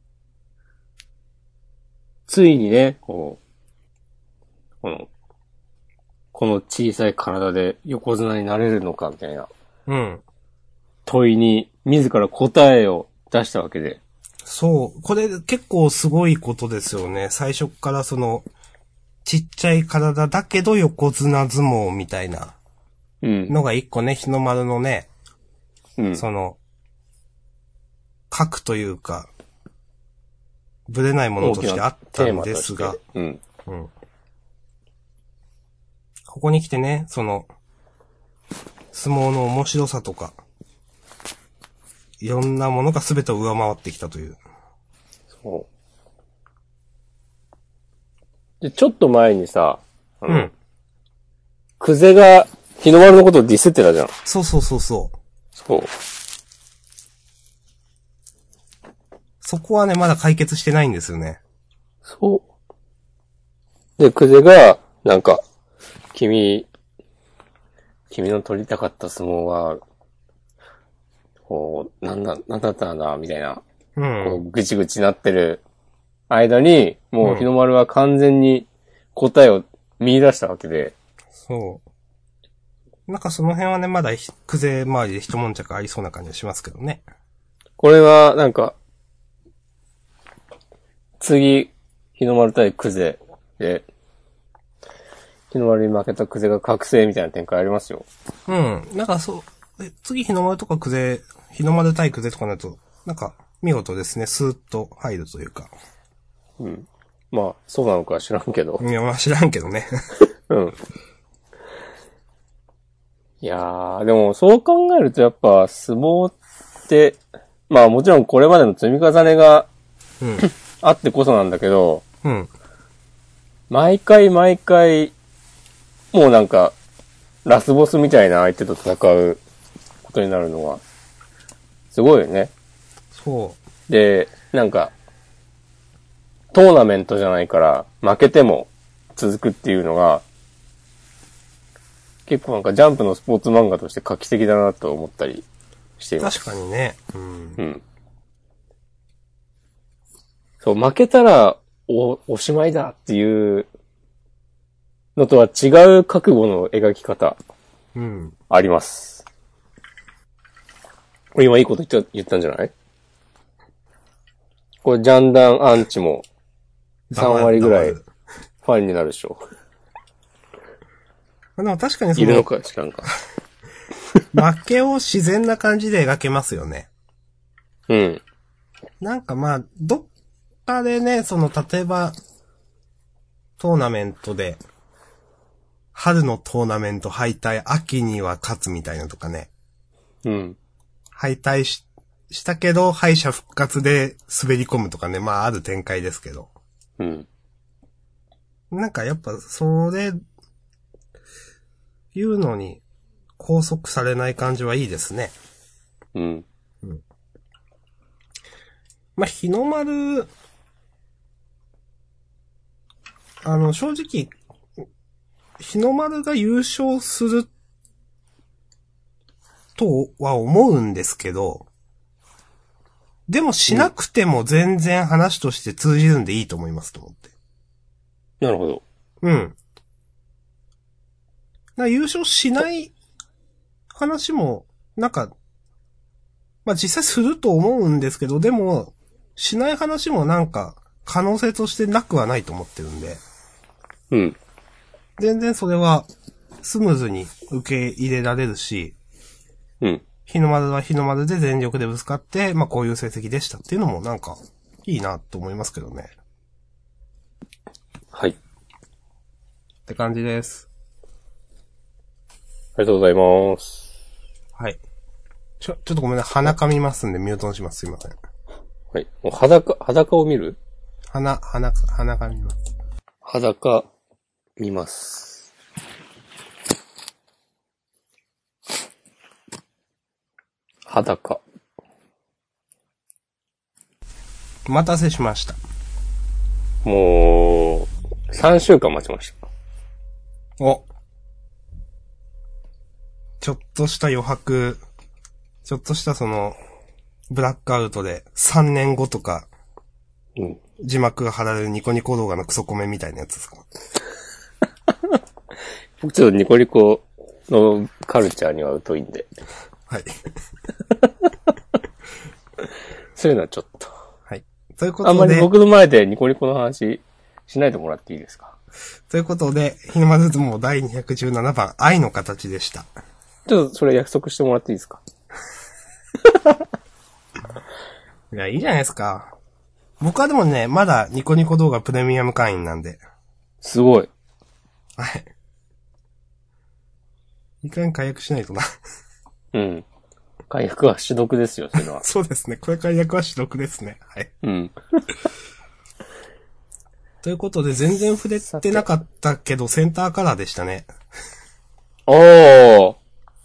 ついにね、こう、この、この小さい体で横綱になれるのかみたいな。 うん。 問いに自ら答えを出したわけで。 そう。これ結構すごいことですよね。最初からその、ちっちゃい体だけど横綱相撲みたいな。のが一個ね、日の丸のね、 うん、 その、核というか、ぶれないものとしてあったんですが、 うんうん、ここに来てね、その、相撲の面白さとか、いろんなものが全てを上回ってきたという。 そう。で、ちょっと前にさ、 うん。 クゼが日の丸のことをディスってたじゃん。 そうそうそうそう。 そう。 そこはね、まだ解決してないんですよね。 そう。で、クゼが、なんか、君、君の取りたかった相撲は、 こう、なんだ、なんだったんだ、みたいな、 う。 こうんぐちぐちなってる間に、もう日の丸は完全に答えを見出したわけで、 そう。なんかその辺はね、まだひクゼ周りで一悶着ありそうな感じがしますけどね。 これはなんか、次、日の丸対クゼで、日の丸に負けたクゼが覚醒みたいな展開ありますよ。 うん。なんかそう、え次日の丸とかクゼ、日の丸対クゼとかになると、なんか見事ですね、スーッと入るというか。 うん。まあ、そうなのかは知らんけど。 いや、まあ知らんけどね。 うん。いやー、でもそう考えるとやっぱ相撲って、まあもちろんこれまでの積み重ねがうん。 あってこそなんだけど、 うん。 毎回毎回、もうなんか、ラスボスみたいな相手と戦うことになるのは、すごいよね。 そで、なんか、トーナメントじゃないから、負けても続くっていうのが、結構なんかジャンプのスポーツ漫画として画期的だなと思ったりしてう。 います。 確かにね。うん。 うん。そう、負けたら、お、おしまいだっていうのとは違う覚悟の描き方、 うん。 あります。これ今いいこと言った、言ったんじゃない？これジャンダンアンチもさん割ぐらいファンになるでしょ。 でも確かにその、 いるのか知らんか。 負けを自然な感じで描けますよね。 うん。 なんかまあ、どっかでね、その、例えば、トーナメントで、春のトーナメント敗退、秋には勝つみたいなとかね。 うん。 敗退し、したけど、敗者復活で滑り込むとかね。まあ、ある展開ですけど。 うん。 なんかやっぱ、それ、言うのに、拘束されない感じはいいですね。 うん。 まあ、日の丸、あの、正直、日の丸が優勝するとは思うんですけど、でもしなくても全然話として通じるんでいいと思いますと思って。 なるほど。 うん。だから優勝しない話も、なんか、まあ実際すると思うんですけど、でも、しない話もなんか、可能性としてなくはないと思ってるんで、 うん。 全然それは、スムーズに受け入れられるし、 うん。 日の丸は日の丸で全力でぶつかって、まあこういう成績でしたっていうのもなんか、いいなと思いますけどね。 はい。 って感じです。 ありがとうございます。 はい。ちょ、ちょっとごめんね。鼻噛みますんでミュートにします。すいません。 はい。もう裸、裸を見る？ 鼻、鼻、鼻噛みます。 裸、見ます。裸。 お待たせしました。 もう、さんしゅうかん待ちました。 お。ちょっとした余白、ちょっとしたその、ブラックアウトでさんねんごとか、 うん。 字幕が貼られるニコニコ動画のクソコメみたいなやつですか？ 僕ちょっとニコニコのカルチャーには疎いんで。 はい。 そういうのはちょっと。 はい。ということで。 あんまり僕の前でニコニコの話しないでもらっていいですか？ ということで、日の丸相撲だいにひゃくじゅうななばん、愛の形でした。 ちょっとそれ約束してもらっていいですか？ いや、いいじゃないですか。僕はでもね、まだニコニコ動画プレミアム会員なんで。 すごい。 はい。いい加減解約しないとな。 うん。解約は主読ですよ、それは。 そうですね。これ解約は主読ですね。はい。 うん。 ということで、全然触れてなかったけど、センターカラーでしたね。 おー。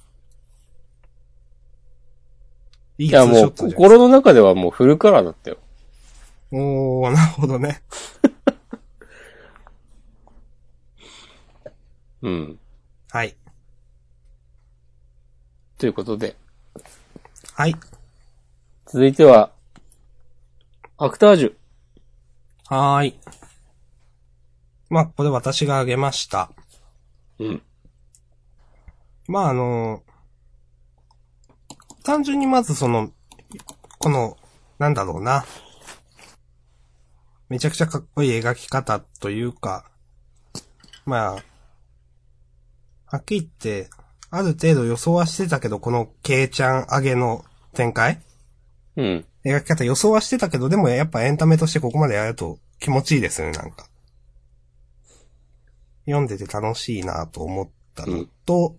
いいいやもう、心の中ではもうフルカラーだったよ。 おー、なるほどね。 うん。 はい。 ということで。 はい。 続いては、アクタージュ。 はーい。まあ、これ私が挙げました。 うん。 まあ、あのー、単純にまずその、この、なんだろうな。めちゃくちゃかっこいい描き方というか、まあ、はっきり言って、ある程度予想はしてたけど、このケイちゃん上げの展開うん。 描き方予想はしてたけど、でもやっぱエンタメとしてここまでやると気持ちいいですよね、なんか。読んでて楽しいなと思ったのと、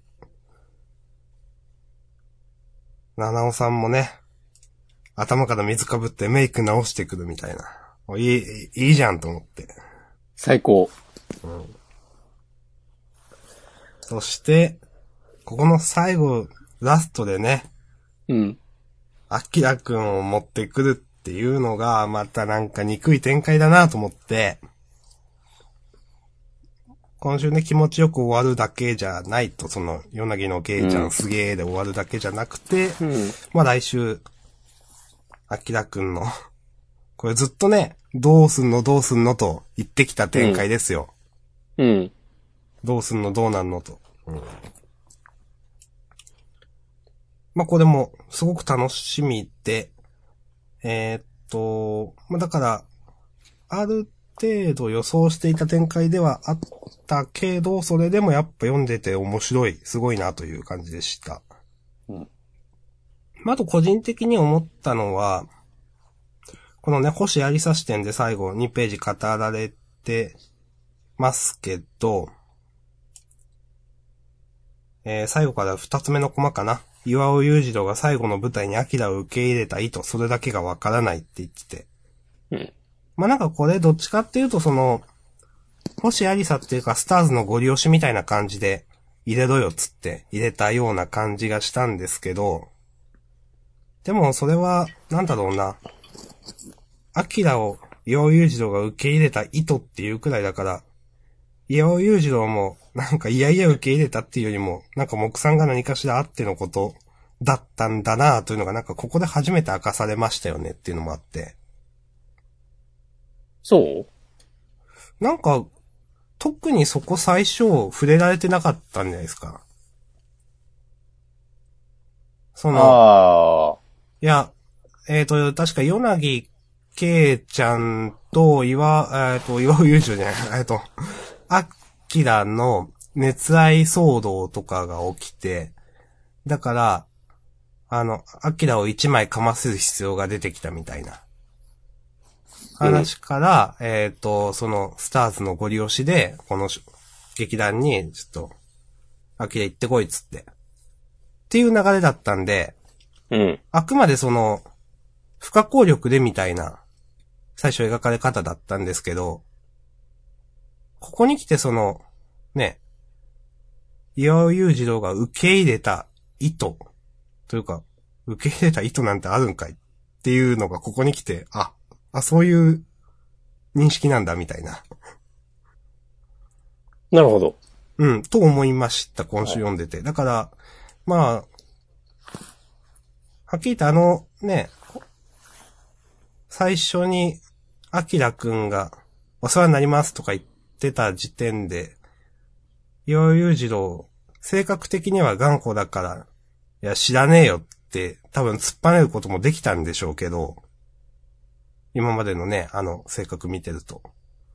うん、七尾さんもね、頭から水かぶってメイク直してくるみたいな。いい、いいじゃんと思って。 最高。 うん。そして、ここの最後、ラストでね、 うん。 アキラくんを持ってくるっていうのが、またなんか憎い展開だなと思って、今週ね気持ちよく終わるだけじゃないと、その、ヨナギのゲイちゃんすげーで終わるだけじゃなくて、 うん、 まあ来週、アキラくんの、これずっとね、どうすんのどうすんのと言ってきた展開ですよ。 うん。うん、 どうすんのどうなんのと。うん、まあこれも、すごく楽しみで、えー、っと、まあだから、ある程度予想していた展開ではあったけど、それでもやっぱ読んでて面白い、すごいなという感じでした。うん。まあ、あと個人的に思ったのは、このね、星ありさ視点で最後にページ語られてますけど、えー、最後から二つ目のコマかな。岩尾裕次郎が最後の舞台にアキラを受け入れた意図、それだけがわからないって言ってて。 うん。 まあ、なんかこれどっちかっていうとその、星ありさっていうかスターズのご利用しみたいな感じで入れろよっつって入れたような感じがしたんですけど、でもそれは、なんだろうな。アキラを岩尾裕次郎が受け入れた意図っていうくらいだから、岩尾裕次郎もなんかいやいや受け入れたっていうよりも、なんか木さんが何かしらあってのことだったんだなというのがなんかここで初めて明かされましたよねっていうのもあって。 そう? なんか、特にそこ最初触れられてなかったんじゃないですか。その、 ああ。 いや、えっ、ー、と、確か、ヨナギケイちゃんと、岩、えっ、ー、と、岩尾裕次郎じゃない、えっ、ー、と、アキラの熱愛騒動とかが起きて、だから、あの、アキラを一枚かませる必要が出てきたみたいな。話から、うん、えっ、ー、と、その、スターズのご利用しで、この劇団に、ちょっと、アキラ行ってこいっつって。っていう流れだったんで、 うん。 あくまでその、不可抗力でみたいな、最初描かれ方だったんですけど、ここに来てその、ね、岩尾裕次郎が受け入れた意図、というか、受け入れた意図なんてあるんかいっていうのがここに来て、あ、あ、そういう認識なんだみたいな。 なるほど。 うん、と思いました、今週読んでて。はい、だから、まあ、はっきり言ってあの、ね、最初に、アキラくんが、お世話になりますとか言ってた時点で、岩尾裕次郎、性格的には頑固だから、いや、知らねえよって、多分突っ張れることもできたんでしょうけど、今までのね、あの、性格見てると。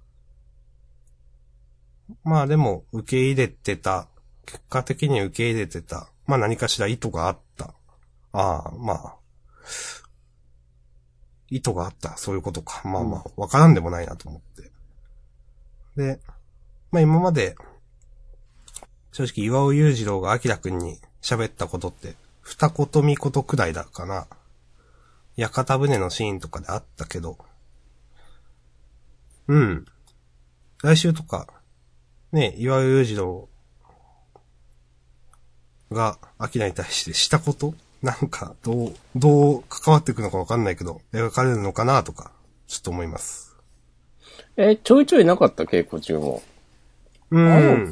まあでも、受け入れてた、結果的に受け入れてた、まあ何かしら意図があった。ああ、まあ、意図があった。そういうことか。まあまあ、わからんでもないなと思って。で、まあ今まで、正直岩尾裕次郎がアキラくんに喋ったことって、二言三言くらいだかな。屋形船のシーンとかであったけど、うん。来週とか、ね、岩尾裕次郎がアキラに対してしたことなんか、どう、どう関わっていくのかわかんないけど、描かれるのかなとか、ちょっと思います。 え、ちょいちょいなかった稽古中も。 うん。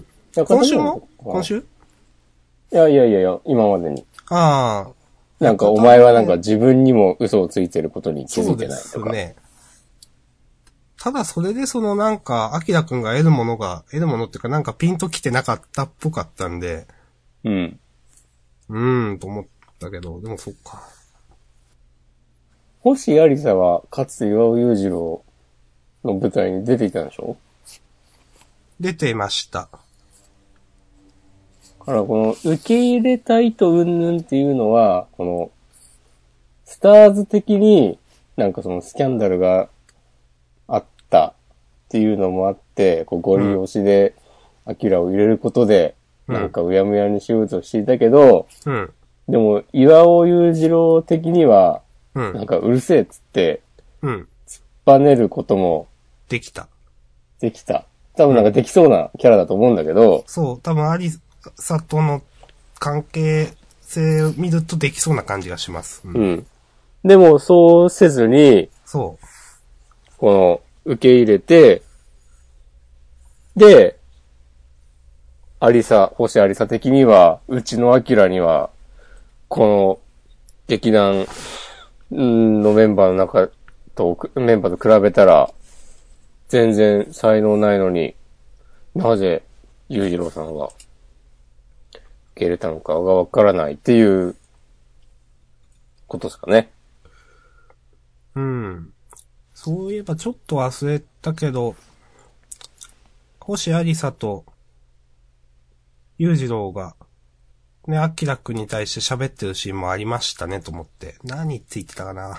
今週も今週いやいやいやいや、今までに。 ああ。 なんかお前はなんか自分にも嘘をついてることに気づいてないとか。 そうですね。ただそれでそのなんか、アキラくんが得るものが、得るものっていうかなんかピンと来てなかったっぽかったんで、 うん。 うーんと思ったけど、でもそっか。 星ありさはかつて岩尾裕次郎の舞台に出ていたんでしょ？ 出てました。 だからこの受け入れたいとうんぬんっていうのは、この、スターズ的になんかそのスキャンダルがあったっていうのもあって、こうゴリ押しでアキラを入れることで、なんかうやむやにしようとしていたけど、 うん。 でも岩尾裕次郎的には、 うん。 なんかうるせえっつって、 うん。 バネることもできた。 できた。多分なんかできそうなキャラだと思うんだけど、 そう、多分アリサとの関係性を見るとできそうな感じがします。うん。 うん。でもそうせずに、 そこの受け入れて、で、アリサ、星アリサ的には、うちのアキラには、この劇団のメンバーの中と、メンバーと比べたら、全然才能ないのになぜ裕次郎さんは受け入れたのかがわからないっていうことですかね。 う。うん。そういえばちょっと忘れたけど、星ありさと裕次郎が、ね、アキラくんに対して喋ってるシーンもありましたねと思って。何って言ってたかな。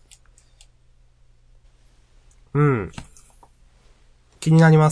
うん。気になります。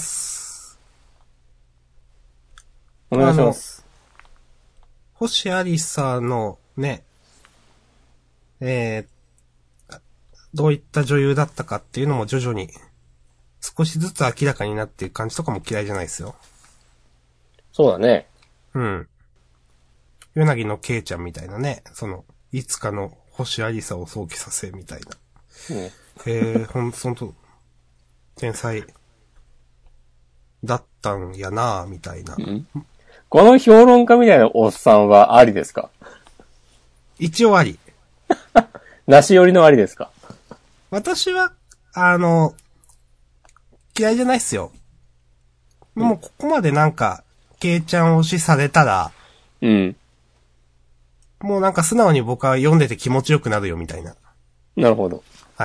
お願いします。 星ありさのね、えー、どういった女優だったかっていうのも徐々に少しずつ明らかになっている感じとかも嫌いじゃないですよ。 そうだね。 うん。柳のケイちゃんみたいなね、その、いつかの星ありさを想起させみたいな。 うん、 えー、ほんと、ほんと、天才だったんやなぁ、みたいな、 うん。この評論家みたいなおっさんはありですか？ 一応あり。 なし寄りのありですか？ 私は、あの、嫌いじゃないっすよ。もうここまでなんか、ケイちゃん推しされたら、 うん。 もうなんか素直に僕は読んでて気持ちよくなるよみたいな。 なるほど。 はい。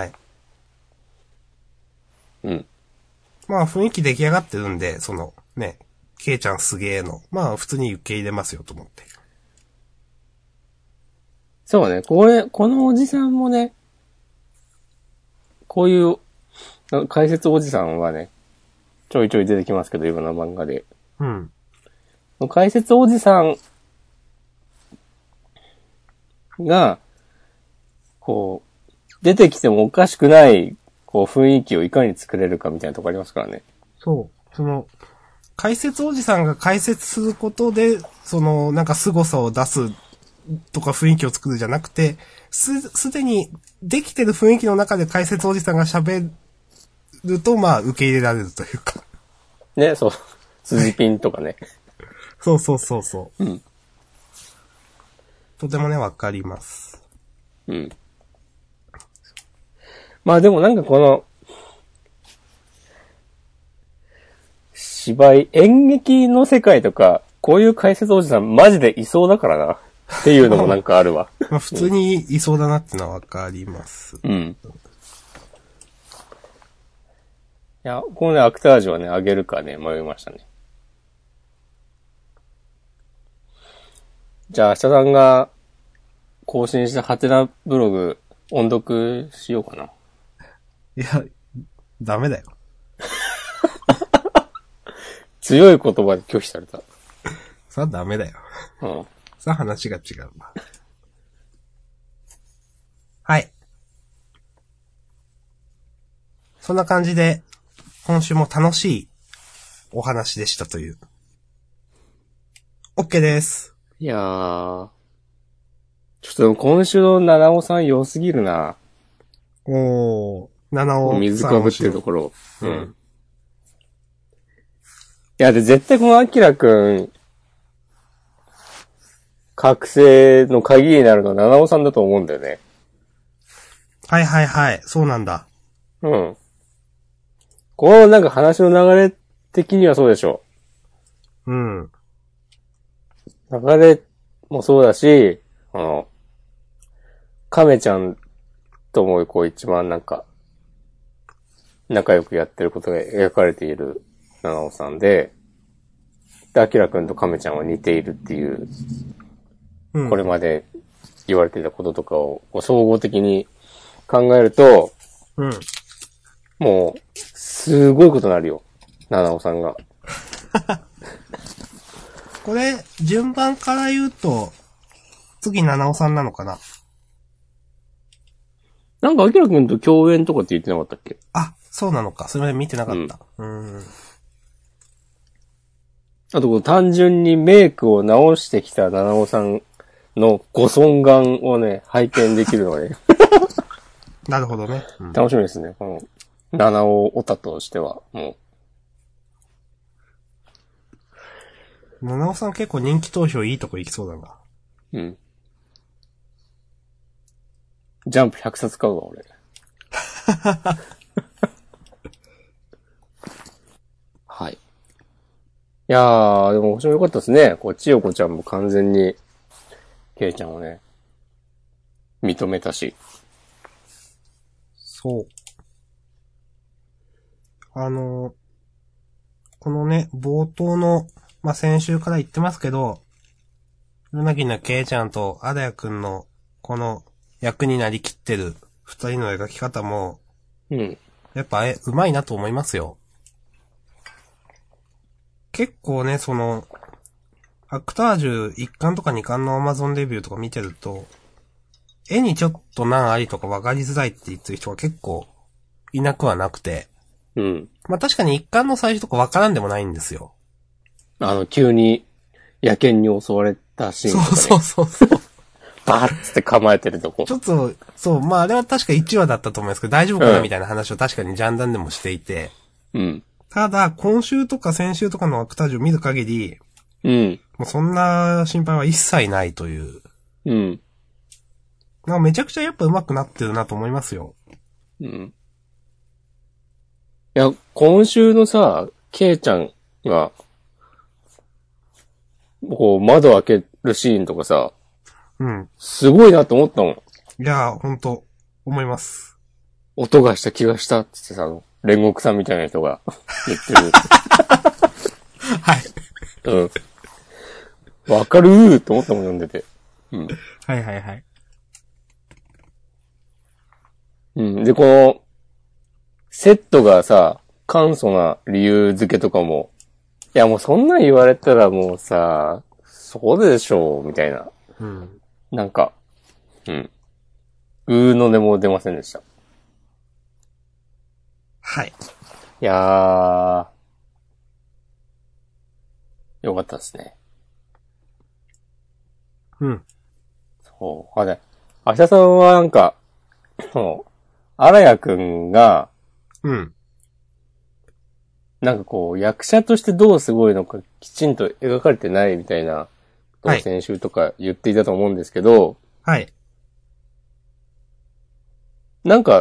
うん。 まあ雰囲気出来上がってるんで、その、ね、ケイちゃんすげーの。まあ普通に受け入れますよと思って。 そうね。これ、このおじさんもね、こういう、解説おじさんはね、ちょいちょい出てきますけど、いろんな漫画で。 うん。 解説おじさんが、こう、出てきてもおかしくない、こう、雰囲気をいかに作れるかみたいなとこありますからね。 そう。その、解説おじさんが解説することで、その、なんか凄さを出すとか雰囲気を作るじゃなくて、す、すでにできてる雰囲気の中で解説おじさんが喋ると、まあ、受け入れられるというか。 ね、そう。筋ピンとかね。 そうそうそうそう。 うん。 とてもね、わかります。 うん。まあでもなんかこの、芝居、演劇の世界とか、こういう解説おじさんマジでいそうだからな。っていうのもなんかあるわ。 まあ普通にいそうだなってのはわかります。 うん。いや、このね、アクタージュはね、上げるかね、迷いましたね。じゃあ、明日さんが更新したハテナブログ、音読しようかな。 いや、ダメだよ。 強い言葉で拒否された。 それはダメだよ。 うん。 さあ話が違うわ。はい。そんな感じで、今週も楽しいお話でしたという。OK です。 いやー。ちょっとでも今週の七尾さん良すぎるな。 おー、七尾さん。 水かぶってるところ。 うん。 いや、で、絶対このアキラくん、 覚醒の鍵になるのは七尾さんだと思うんだよね。 はいはいはい。そうなんだ。 うん。このなんか話の流れ的にはそうでしょう。うん。 流れもそうだし、あの、亀ちゃんともこう一番なんか、仲良くやってることが描かれている七尾さんで、で、アキラくんと亀ちゃんは似ているっていう、うん、これまで言われていたこととかをこう総合的に考えると、 うん。 もう、すごいことになるよ。七尾さんが。 これ、順番から言うと、次七尾さんなのかな？ なんか、アキラくんと共演とかって言ってなかったっけ？ あ、そうなのか。それまで見てなかった。うん。うん、 あと、単純にメイクを直してきた七尾さんのご尊顔をね、拝見できるので。 なるほどね。 うん、楽しみですね。この、七尾オタとしては、もう。 七尾さん結構人気投票いいとこ行きそうだな。 うん。ジャンプひゃくさつ買うわ、俺。はい。いやー、でも面白かったですね。こう、千代子ちゃんも完全に、ケイちゃんをね、認めたし。 そう。あの、このね、冒頭の、まあ、先週から言ってますけど、ルナギのケイちゃんとアダヤくんの、この役になりきってる二人の描き方も、 うん。 やっぱ、え、うまいなと思いますよ。結構ね、その、アクタージュいっかんとかにかんのアマゾンレビューとか見てると、絵にちょっと難ありとか分かりづらいって言ってる人が結構いなくはなくて。 うん。 まあ、確かにいっかんの最初とか分からんでもないんですよ。 あの、急に野犬に襲われたシーンとか、ね。 そうそうそうそう。 バーッつって構えてるとこ。 ちょっと、そう、まああれは確かいちわだったと思いますけど、大丈夫かなみたいな話を確かにジャンダンでもしていて。 うん。ただ、今週とか先週とかのアクタージュを見る限り、 うん。 もうそんな心配は一切ないという。 うん。 なんかめちゃくちゃやっぱ上手くなってるなと思いますよ。 うん。いや、今週のさ、ケイちゃんが、こう、窓開けるシーンとかさ、 うん。 すごいなと思ったもん。いやー、ほんと、思います。 音がした気がしたってってさ、あの、煉獄さんみたいな人が言ってる。 はい。 うん。わかるーと思ったもん読んでて。うん。 はいはいはい。 うん。で、この、セットがさ、簡素な理由付けとかも、いやもうそんなん言われたらもうさ、そうでしょう、みたいな。 うん。 なんか、うん。うーの音も出ませんでした。 はい。 いやー、よかったですね。 うん。 そう。あれ、明日さんはなんか、そう、荒谷くんが、 うん。 なんかこう、役者としてどうすごいのかきちんと描かれてないみたいな、はい、先週とか言っていたと思うんですけど、 はい。 なんか、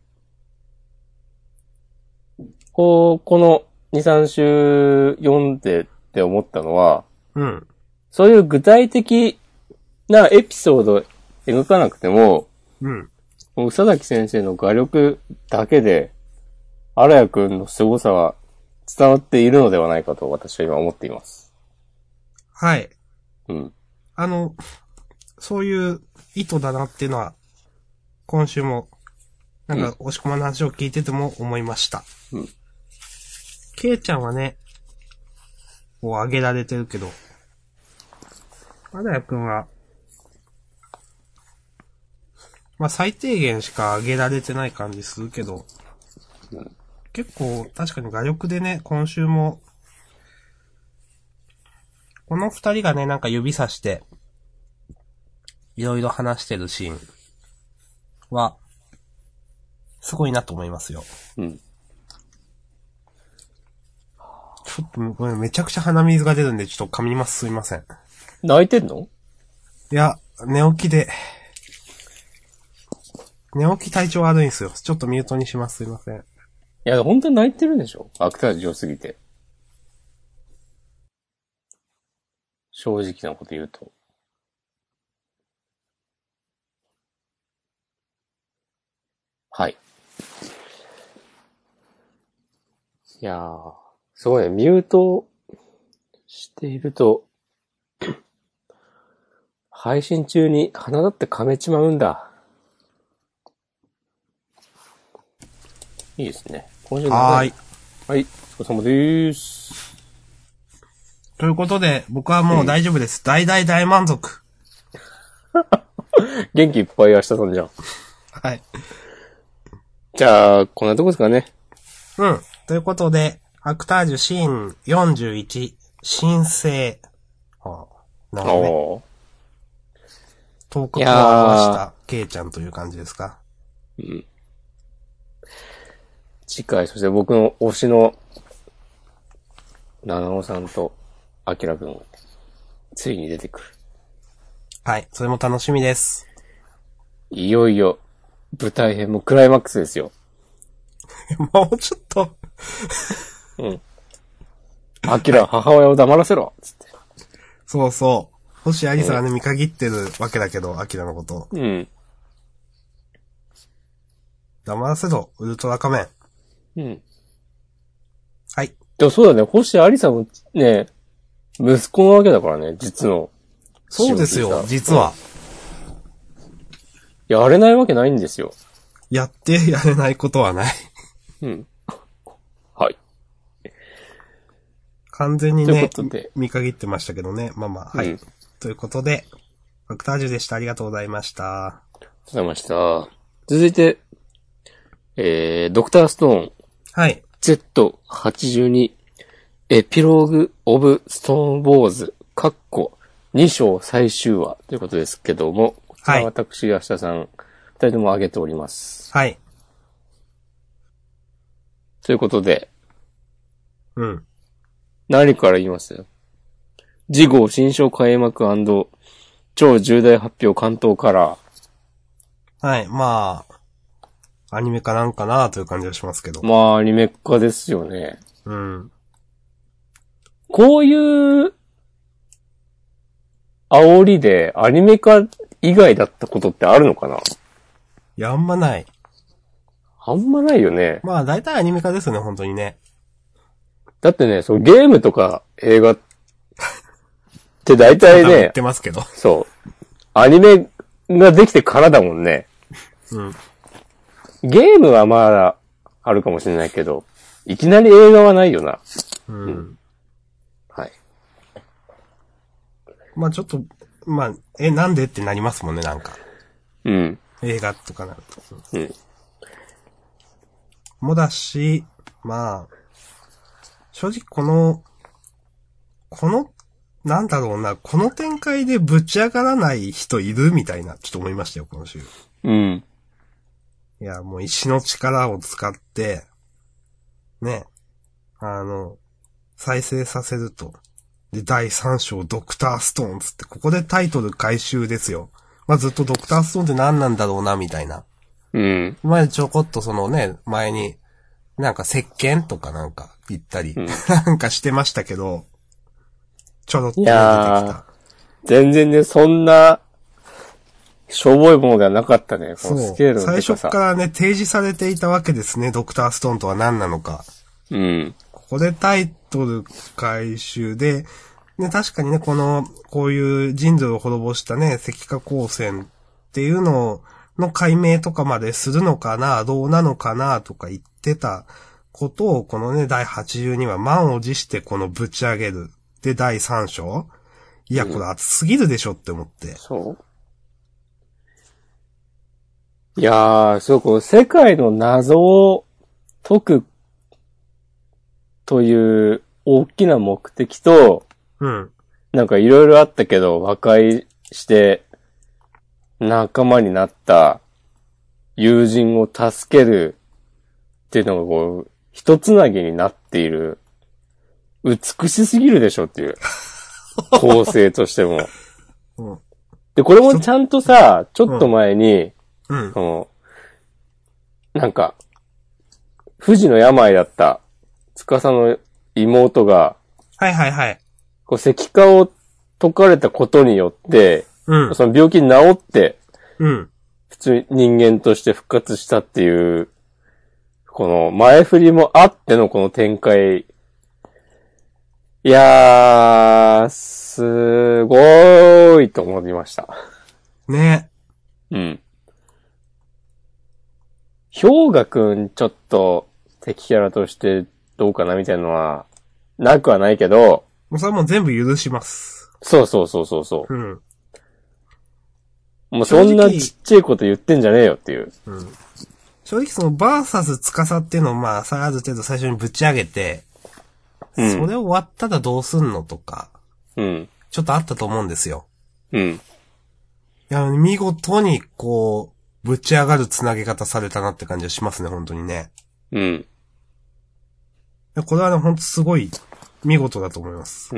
こう、このに、さん週読んでって思ったのは、 うん。 そういう具体的なエピソード描かなくても、 うん。 宇佐崎先生の画力だけで、荒谷くんの凄さは伝わっているのではないかと私は今思っています。 はい。 うん。 あの、そういう意図だなっていうのは、今週も、なんか、押し込まの話を聞いてても思いました。 うん。 ケイちゃんはね、こう上げられてるけど、アダヤくんは、まあ最低限しか上げられてない感じするけど、うん、結構確かに画力でね、今週も、この二人がね、なんか指さして、いろいろ話してるシーンは、すごいなと思いますよ。 うん。 ちょっと、これめちゃくちゃ鼻水が出るんで、ちょっと噛みます。すいません。 泣いてんの？ いや、寝起きで、寝起き体調悪いんですよ。ちょっとミュートにします。すいません。 いや、本当に泣いてるんでしょ？アクタージュ良すぎて。正直なこと言うと。はい。いやー、すごいね。ミュートしていると、配信中に鼻だって噛めちまうんだ。いいですね。今週はーい。 はい。お疲れ様でーす。 ということで、僕はもう大丈夫です。うん、大大大満足。 元気いっぱい明日さんじゃん。 はい。 じゃあ、こんなとこですかね。 うん。ということで、アクタージュシーンよんじゅういち、申請。はあ、なるほどね。頭角を表したケイちゃんという感じですか。 うん。次回、そして僕の推しの、七尾さんと、アキラくんが、ついに出てくる。 はい、それも楽しみです。 いよいよ、舞台編もクライマックスですよ。 もうちょっと。 うん。アキラ、母親を黙らせろつって。 そうそう。星ありさはね、見限ってるわけだけど、アキラのこと。 うん。 黙らせろ、ウルトラ仮面。 うん。 はい。 でもそうだね、星ありさもね、息子なわけだからね、実の。 そうですよ、実は。 やれないわけないんですよ。 やってやれないことはない。 うん。はい。 完全にね、見限ってましたけどね。まあまあ、はい。うん、ということで、アクタージュでした。ありがとうございました。 ありがとうございました。続いて、えー、ドクターストーン。 はい。 ゼットはちじゅうに、エピローグ・オブ・ストーン・ウォーズ、カッコ、に章最終話ということですけども、こちらは私、明日さん、二人とも挙げております。 はい。 ということで、 うん。 何から言います次号新章開幕&超重大発表関東カラー。はい、まあ、アニメかなんかなという感じがしますけど。 まあ、アニメ化ですよね。 うん。 こういう、煽りでアニメ化以外だったことってあるのかないや、あんまない。 あんまないよね。 まあ、大体アニメ化ですね、本当にね。 だってね、そう、ゲームとか映画って大体ね、 言ってますけど。 そう。アニメができてからだもんね。 うん。 ゲームはまだあるかもしれないけど、いきなり映画はないよな。 うん。うん、 はい。 まあちょっと、まあ、え、なんでってなりますもんね、なんか。 うん。 映画とかなると。うん。 もだし、まあ、正直この、この、なんだろうな、この展開でぶち上がらない人いるみたいな、ちょっと思いましたよ、この週。 うん。 いや、もう石の力を使って、ね、あの、再生させると。で、だいさん章ドクターストーンつって、ここでタイトル回収ですよ。まあ、ずっとドクターストーンって何なんだろうな、みたいな。 うん。 前ちょこっとそのね、前に、なんか石鹸とかなんか言ったり、うん、なんかしてましたけど、ちょろっと出てきた。 全然ね、そんな、しょぼいものではなかったね、このスケールの最初からね、提示されていたわけですね、ドクターストーンとは何なのか。 うん。 ここでタイトル回収で、ね、確かにね、この、こういう人類を滅ぼしたね、石化光線っていうのの解明とかまでするのかな、どうなのかな、とか言ってたことを、このね、だいはちじゅうには満を持してこのぶち上げる。で、だいさん章いや、これ熱すぎるでしょって思って。 うん、そういやー、すごく世界の謎を解くという大きな目的と、 うん。 なんかいろいろあったけど、和解して仲間になった友人を助けるっていうのがこう、一つなぎになっている、美しすぎるでしょっていう、構成としても。 うん。 で、これもちゃんとさ、ちょっと前に、 うん。 その、なんか、不治の病だった、司の妹が、 はいはいはい。 こう石化を解かれたことによって、 うん。 その病気に治って、 うん。 普通に人間として復活したっていう、この前振りもあってのこの展開。いやー、すごーいと思いました。 ね。 うん。氷河くんちょっと敵キャラとしてどうかなみたいなのは、なくはないけど、 もうそれはもう全部許します。 そうそうそうそうそう。 うん。 もうそんなちっちゃいこと言ってんじゃねえよっていう。 うん。正直そのバーサス司っていうのをまあさ、ある程度最初にぶち上げて、うん、それ終わったらどうすんのとか、 うん。 ちょっとあったと思うんですよ。 うん。 いや、見事にこう、ぶち上がるつなげ方されたなって感じがしますね、本当にね。 うん。いや、これはね、本当すごい見事だと思います。 うん。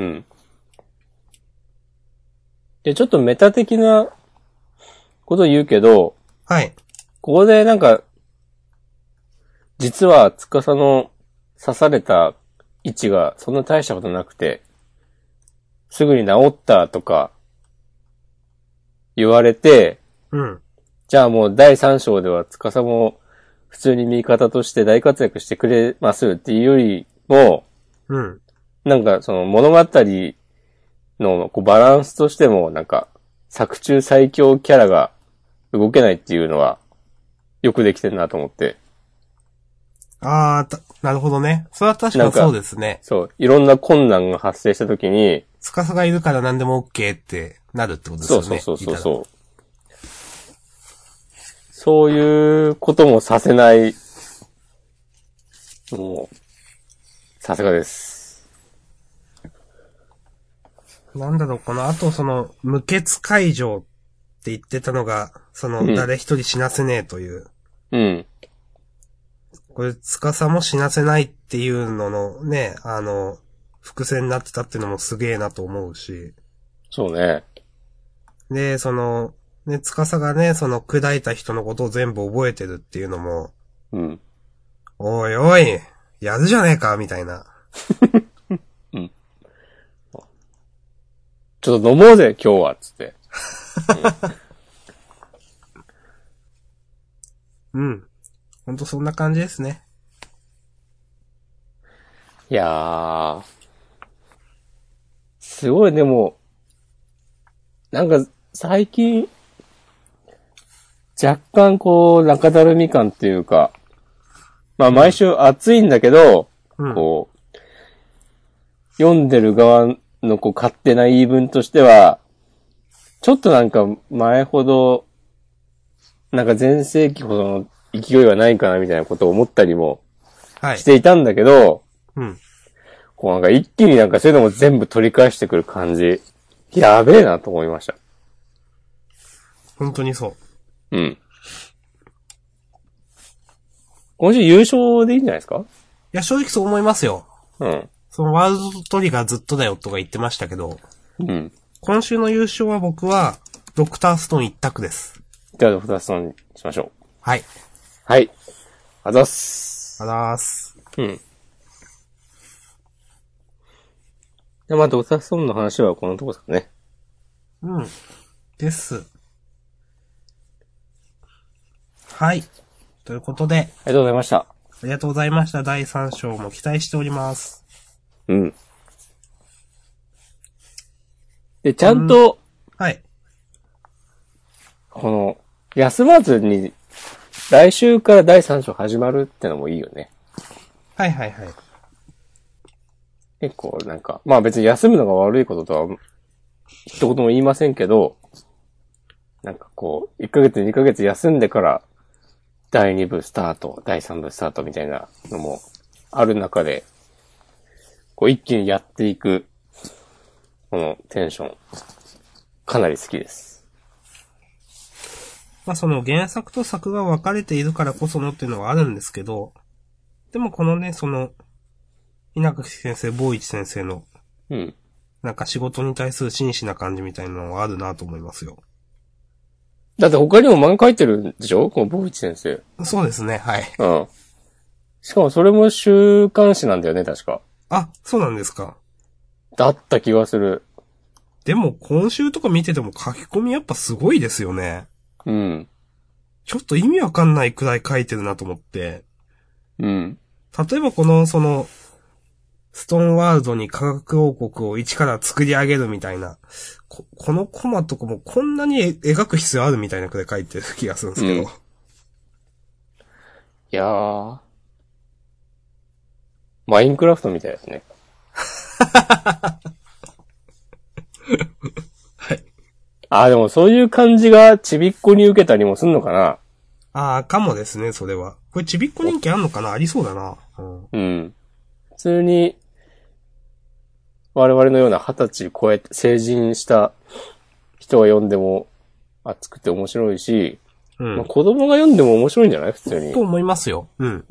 で、ちょっとメタ的なことを言うけど、 はい。 ここでなんか、実は司の刺された位置がそんな大したことなくて、すぐに治ったとか言われて、 うん。 じゃあもうだいさん章では司も普通に味方として大活躍してくれますっていうよりも、 うん。 なんかその物語のこうバランスとしてもなんか作中最強キャラが動けないっていうのはよくできてるなと思って。 あー、なるほどね。それは確かにそうですね。 そう。いろんな困難が発生したときに、 スカスがいるから何でも OK ってなるってことですよね。 そうそうそうそう。そういうこともさせない、もう、さすがです。 なんだろう、この後その、無血解除って言ってたのが、その、誰一人死なせねえという。 うん。 これ、司も死なせないっていうののね、あの、伏線になってたっていうのもすげえなと思うし。 そうね。 で、その、ね、司がね、その砕いた人のことを全部覚えてるっていうのも、 うん。 おいおい、やるじゃねえか、みたいな。 うん。ちょっと飲もうぜ、今日は、つって。 うん。うん。ほんとそんな感じですね。 いやー。すごい、でも、なんか、最近、若干こう、中だるみ感っていうか、まあ毎週暑いんだけど、うん、こう、読んでる側のこう勝手な言い分としては、ちょっとなんか前ほど、なんか前世紀ほどの勢いはないかなみたいなことを思ったりもしていたんだけど、はい、 うん。 こうなんか一気になんかそういうのも全部取り返してくる感じ、やべえなと思いました。 本当にそう。 うん。今週優勝でいいんじゃないですか？いや、正直そう思いますよ。 うん。 そのワールドトリガーずっとだよとか言ってましたけど。 うん。 今週の優勝は僕は、ドクターストーン一択です。 じゃあドクターストーンにしましょう。 はい。 はい。あざっす。 あざーす。 うん。で、まあドクターストーンの話はこのとこですかね。 うん。です。はい。ということで。ありがとうございました。ありがとうございました。だいさん章も期待しております。 うん。で、ちゃんと、 うん、はい。 この、休まずに、来週からだいさん章始まるってのもいいよね。 はいはいはい。 結構なんか、まあ別に休むのが悪いこととは、一言も言いませんけど、なんかこう、いっかげつにかげつ休んでから、だいに部スタート、だいさん部スタートみたいなのもある中で、こう一気にやっていく、このテンション、かなり好きです。 まあその原作と作が分かれているからこそのっていうのはあるんですけど、でもこのね、その、稲垣先生、坊一先生の、 うん。 なんか仕事に対する真摯な感じみたいなのはあるなと思いますよ。 だって他にも漫画描いてるんでしょこの坊一先生。 そうですね、はい。 うん。しかもそれも週刊誌なんだよね、確か。 あ、そうなんですか。 だった気がする。 でも今週とか見てても書き込みやっぱすごいですよね。 うん。 ちょっと意味わかんないくらい書いてるなと思って。 うん。 例えばこの、その、ストーンワールドに科学王国を一から作り上げるみたいな。こ, このコマとかもこんなに描く必要あるみたいなくらい書いてる気がするんですけど。うん、いやー。マインクラフトみたいですね。 はい。 ああ、でもそういう感じがちびっこに受けたりもすんのかな。 ああ、かもですね、それは。これちびっこ人気あんのかなありそうだな。 うん。うん。普通に、我々のような二十歳超えて成人した人が読んでも熱くて面白いし、うん。まあ、子供が読んでも面白いんじゃない普通に。 と思いますよ。うん。 うん。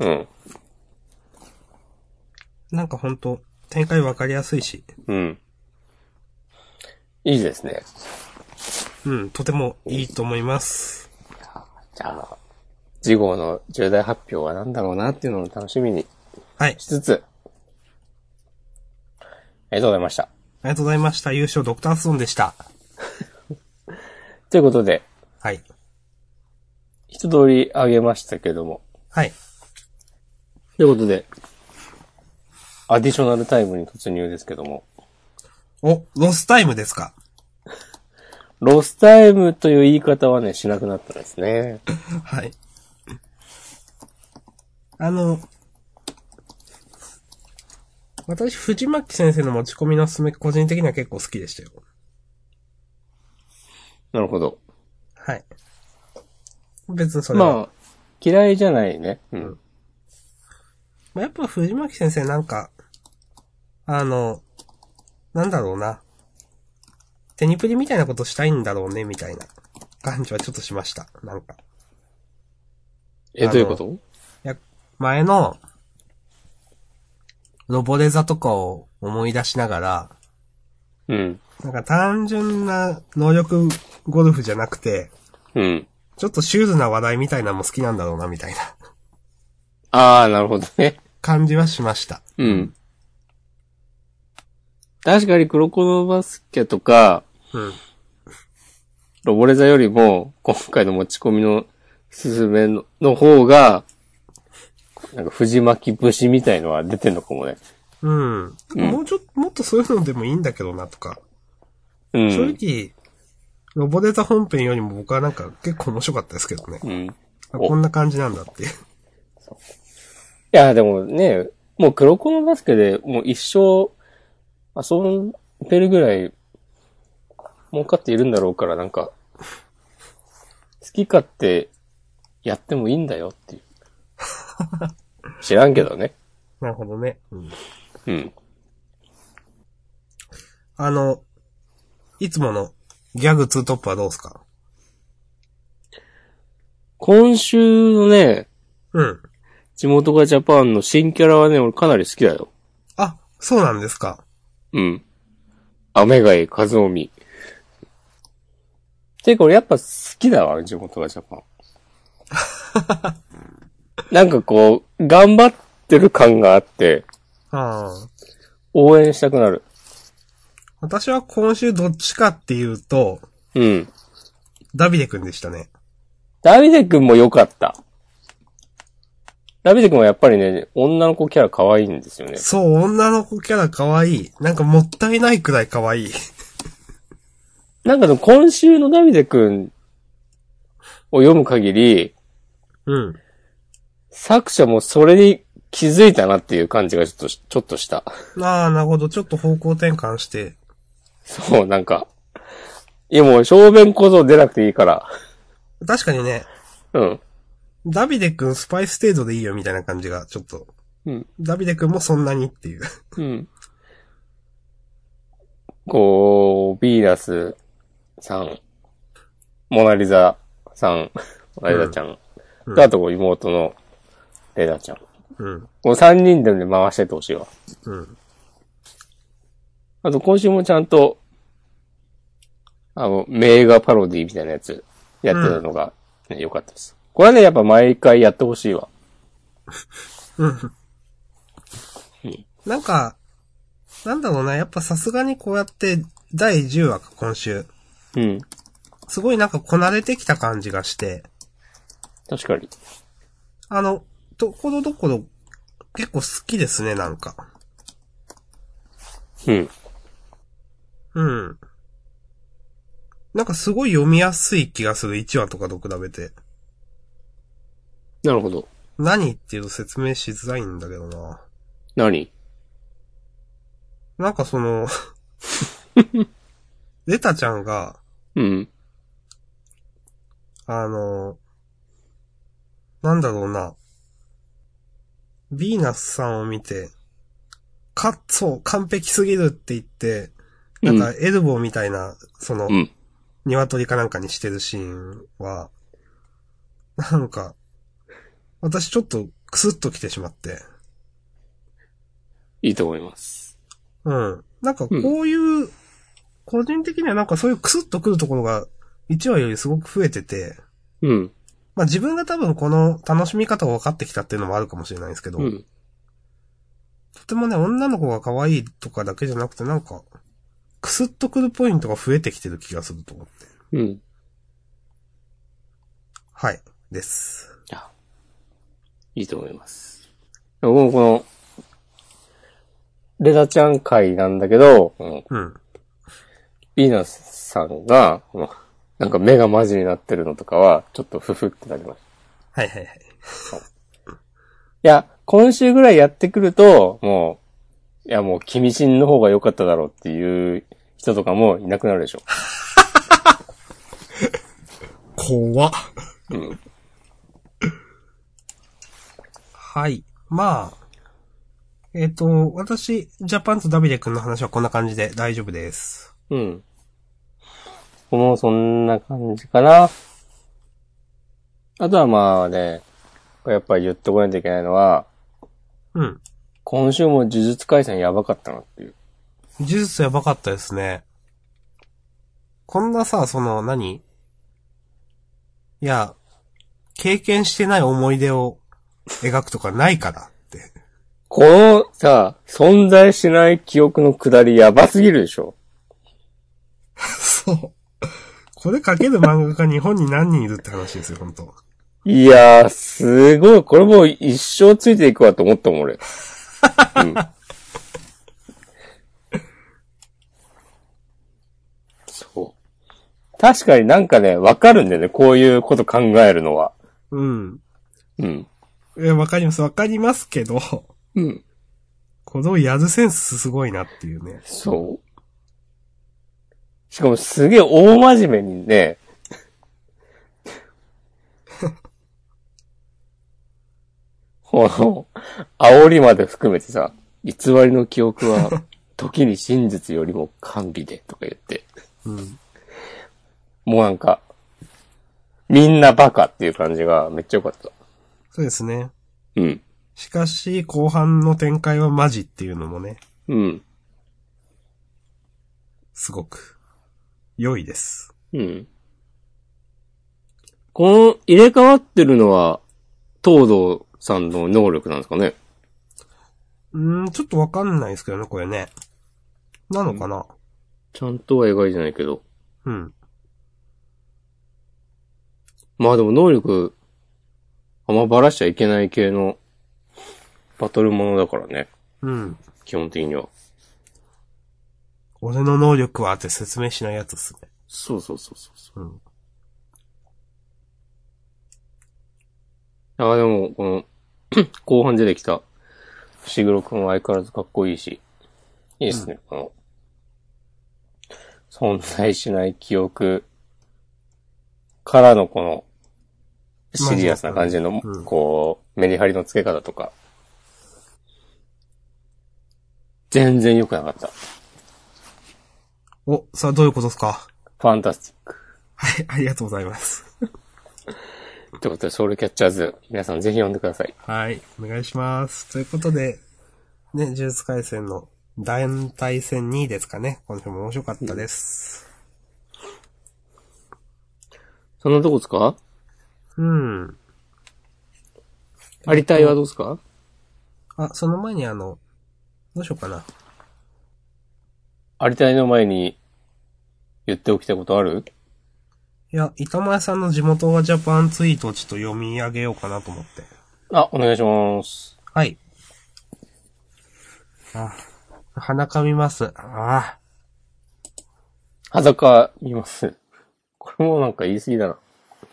なんかほんと、展開わかりやすいし。 うん。いいですね。 うん、とてもいいと思います。 じゃあ、次号の重大発表は何だろうなっていうのを楽しみにしつつ、はい、ありがとうございました。ありがとうございました。優勝ドクターストーンでした。 ということで、 はい。 一通りあげましたけども。 はい。 ということで、アディショナルタイムに突入ですけども。 お、ロスタイムですか？ ロスタイムという言い方はね、しなくなったですね。 はい。あの、私、藤巻先生の持ち込みのすすめ、個人的には結構好きでしたよ。 なるほど。 はい。別にそれは。 まあ、嫌いじゃないね。うん。 まあ、やっぱ藤巻先生なんか、あの、なんだろうな。テニプリみたいなことしたいんだろうね、みたいな感じはちょっとしました。なんか。 え、どういうこと？いや、前の、ロボレザとかを思い出しながら、 うん。 なんか単純な能力ゴルフじゃなくて、 うん。 ちょっとシュールな話題みたいなのも好きなんだろうな、みたいな。 あー、なるほどね。 感じはしました。 うん。確かに黒子のバスケとか、 うん。 ロボレザよりも、今回の持ち込みのすすめのの方が、なんか藤巻節みたいのは出てんのかもね。 うん。うん、もうちょっと、もっとそういうのでもいいんだけどなとか。うん。正直、ロボレザ本編よりも僕はなんか結構面白かったですけどね。うん。あ、こんな感じなんだっていう。 そう。いや、でもね、もう黒子のバスケでもう一生遊べるぐらい儲かっているんだろうからなんか、好き勝手やってもいいんだよっていう。知らんけどね。 なるほどね。うん。 うん。 あの、いつものギャグツートップはどうですか？ 今週のね、 うん。 地元がジャパンの新キャラはね、俺かなり好きだよ。 あ、そうなんですか。 うん。雨がい和臣。てか俺やっぱ好きだわ、地元がジャパン。なんかこう、頑張ってる感があって、 ああ。 応援したくなる。 私は今週どっちかっていうと、 うん。 ダビデ君でしたね。 ダビデ君も良かった。ダビデ君はやっぱりね、女の子キャラ可愛いんですよね。 そう、女の子キャラ可愛い。なんかもったいないくらい可愛い。 なんかでも今週のダビデ君を読む限り、 うん。 作者もそれに気づいたなっていう感じがちょっと、ちょっとした。 ああ、なるほど。ちょっと方向転換して。 そう、なんか。いやもう正面小僧出なくていいから。 確かにね。 うん。 ダビデ君スパイス程度でいいよみたいな感じが、ちょっと。 うん。 ダビデ君もそんなにっていう。 うん。こう、ビーナスさん、モナリザさん、モナリザちゃん。うん、あと妹のレナちゃん。 うん。 このさんにんで回してってほしいわ。 うん。 あと今週もちゃんと、あの、名画パロディみたいなやつ。 やってたのが、ね、良かったです。これはね、やっぱ毎回やってほしいわ。 うん。なんか、なんだろうな、やっぱさすがにこうやってだいじゅうわか今週。 うん。 すごいなんかこなれてきた感じがして。 確かに。 あの、ところどころ結構好きですね、なんか。 うん。 うん。なんかすごい読みやすい気がする、いちわとかと比べて。 なるほど。 何っていうと説明しづらいんだけどな。 何？ なんかその、レタちゃんが、 うん。 あの、なんだろうな。ヴィーナスさんを見て、か、そう、完璧すぎるって言って、なんかエルボーみたいな、その、 うん。 鶏かなんかにしてるシーンは、なんか、私ちょっとクスッと来てしまって。 いいと思います。 うん。なんかこういう、うん、個人的にはなんかそういうクスッと来るところがいちわよりすごく増えてて、 うん。 まあ自分が多分この楽しみ方を分かってきたっていうのもあるかもしれないんですけど、 うん。 とてもね、女の子が可愛いとかだけじゃなくてなんか、クスッと来るポイントが増えてきてる気がすると思って。 うん。 はい。です。 あ、いいと思います。僕もこの、レタちゃん会なんだけど、うん。 うん。 ヴィーナスさんが、なんか目がマジになってるのとかは、ちょっとフフってなりました。 はいはいはい。 いや、今週ぐらいやってくると、もう、いやもう、君ちんの方が良かっただろうっていう人とかもいなくなるでしょ。 怖っ。 うん。 はい。まあ、えっ、と、私、ジャパンとダビデ君の話はこんな感じで大丈夫です。 うん。もうそんな感じかな。あとはまあね、やっぱり言ってこないといけないのは、 うん。 今週も呪術廻戦やばかったなっていう。 呪術やばかったですね。こんなさ、その何、いや、経験してない思い出を描くとかないからって。 このさ、存在しない記憶のくだりやばすぎるでしょ。 そう。これ書ける漫画家日本に何人いるって話ですよ、本当。 いやー、すごい。これもう一生ついていくわと思ったもん、俺。うん。そう。確かになんかね、わかるんだよね。こういうこと考えるのは。 うん。 うん。 いや、わかります、わかりますけど。 うん。 このやるセンスすごいなっていうね。 そう。しかもすげえ大真面目にね、この、煽りまで含めてさ、偽りの記憶は、時に真実よりも甘美で、とか言って。 うん。 もうなんか、みんなバカっていう感じがめっちゃ良かった。 そうですね。 うん。 しかし、後半の展開はマジっていうのもね。 うん。 すごく、良いです。 うん。この入れ替わってるのは、東堂さんの能力なんですかね。 うーん、ちょっとわかんないですけどね、これね。なのかな、 ちゃんとは描いてないけど。 うん、 まあでも能力、あんまばらしちゃいけない系のバトルものだからね。 うん。 基本的には。 俺の能力はって説明しないやつっすね。 そうそうそうそう。 うん。 ああ、でも、この、後半出てきた、伏黒くんは相変わらずかっこいいし、いいですね、うん、この、存在しない記憶からのこの、シリアスな感じの、うん、こう、メリハリの付け方とか、全然良くなかった。 お、さあどういうことですか？ ファンタスティック。 はい、ありがとうございます。 ということで、ソウルキャッチャーズ、皆さんぜひ読んでください。 はい、お願いします。ということで、ね、呪術廻戦の団体戦にいですかね。今週も面白かったです。 そんなとこですか？ うん。 ありたいはどうですか？ あ、その前にあの、どうしようかな。 ありたいの前に言っておきたいことある？ いや、板前さんの地元がジャパンツイートをちょっと読み上げようかなと思って。 あ、お願いします。 はい。あ、鼻かみます。ああ。 裸見ます。これもなんか言い過ぎだな。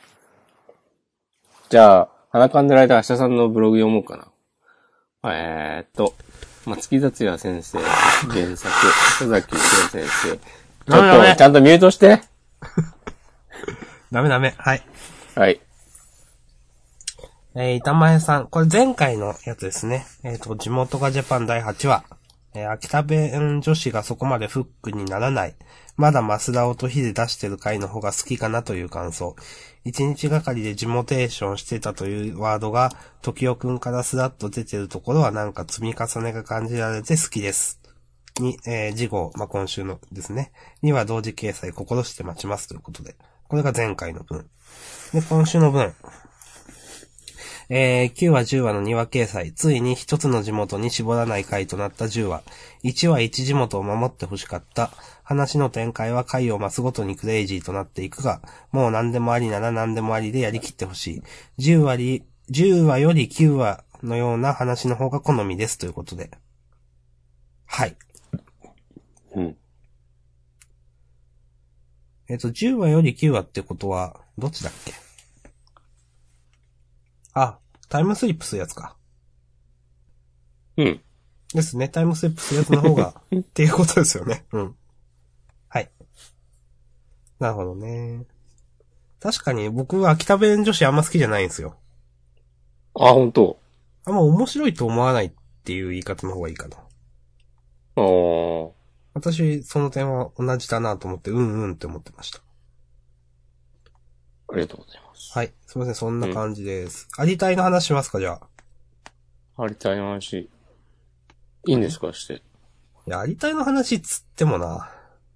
じゃあ、鼻かんでる間、明日さんのブログ読もうかな。えーっと、松木達也先生、原作、佐崎翔先生。ちょっと、ちゃんとミュートして。 ダメダメ。はい。 はい。 えー、板前さん。これ前回のやつですね。えっ、ー、と、地元がジャパンだいはちわ。えー、秋田弁女子がそこまでフックにならない。まだマスダオと火で出してる回の方が好きかなという感想。一日がかりでジモテーションしてたというワードが、時代くんからスラッと出てるところはなんか積み重ねが感じられて好きです。に、えー、次号、まあ、今週のですね。には同時掲載心して待ちますということで。これが前回の分。で、今週の分。えー、きゅうわじゅうわのにわ掲載。ついに一つの地元に絞らない回となったじゅうわ。いちわいち地元を守ってほしかった。話の展開は回を増すごとにクレイジーとなっていくが、もう何でもありなら何でもありでやりきってほしい。じゅうわり、じゅうわよりきゅうわのような話の方が好みですということで。はい。 うん。 えっと、じゅうわよりきゅうわってことは、どっちだっけ？あ、タイムスリップするやつか。 うん。 ですね。タイムスリップするやつの方が、っていうことですよね。うん。はい。なるほどね。確かに僕は秋田弁女子あんま好きじゃないんですよ。 あ、本当。 あんま面白いと思わないっていう言い方の方がいいかな。 あー。 私、その点は同じだなと思って、うんうんって思ってました。 ありがとうございます。 はい。すいません、そんな感じです。うん、ありたいの話しますか、じゃあ。 ありたいの話。いいんですかして。いや、ありたいの話っつってもな。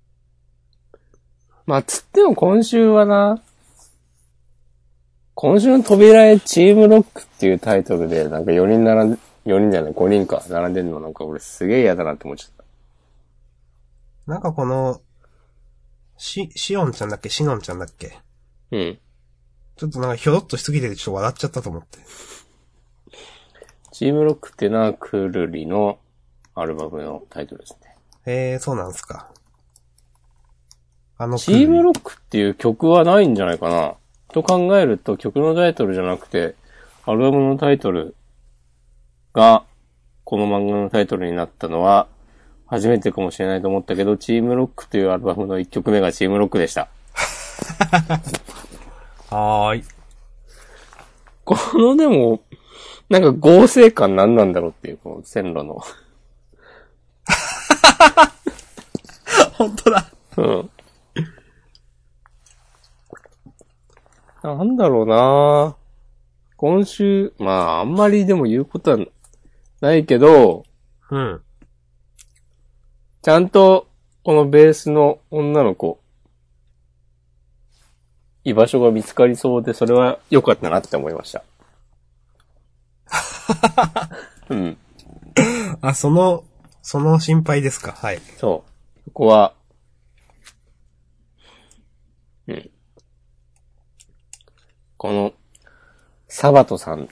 まあ、つっても今週はな、今週の扉へチームロックっていうタイトルで、なんかよにん並んで、よにんじゃない、ごにんか、並んでるのなんか俺すげえ嫌だなって思っちゃった。 なんかこの、し、しおんちゃんだっけしのんちゃんだっけうん。 ちょっとなんかひょろっとしすぎてちょっと笑っちゃったと思って。 チームロックっていうのはクールリのアルバムのタイトルですね。 へえ、そうなんすか。あのチームロックっていう曲はないんじゃないかなと考えると曲のタイトルじゃなくて、アルバムのタイトルがこの漫画のタイトルになったのは初めてかもしれないと思ったけど、チームロックというアルバムのいっきょくめがチームロックでした。 はーい。 このでも、なんか合成感何なんだろうっていう、この線路の。 本当だ。 うん。なんだろうな今週、まああんまりでも言うことはないけど、 うん。 ちゃんとこのベースの女の子、居場所が見つかりそうで、それは良かったなって思いました。うん。 あ、その、その心配ですか。はい。 そう。ここは、うん。この、サバトさん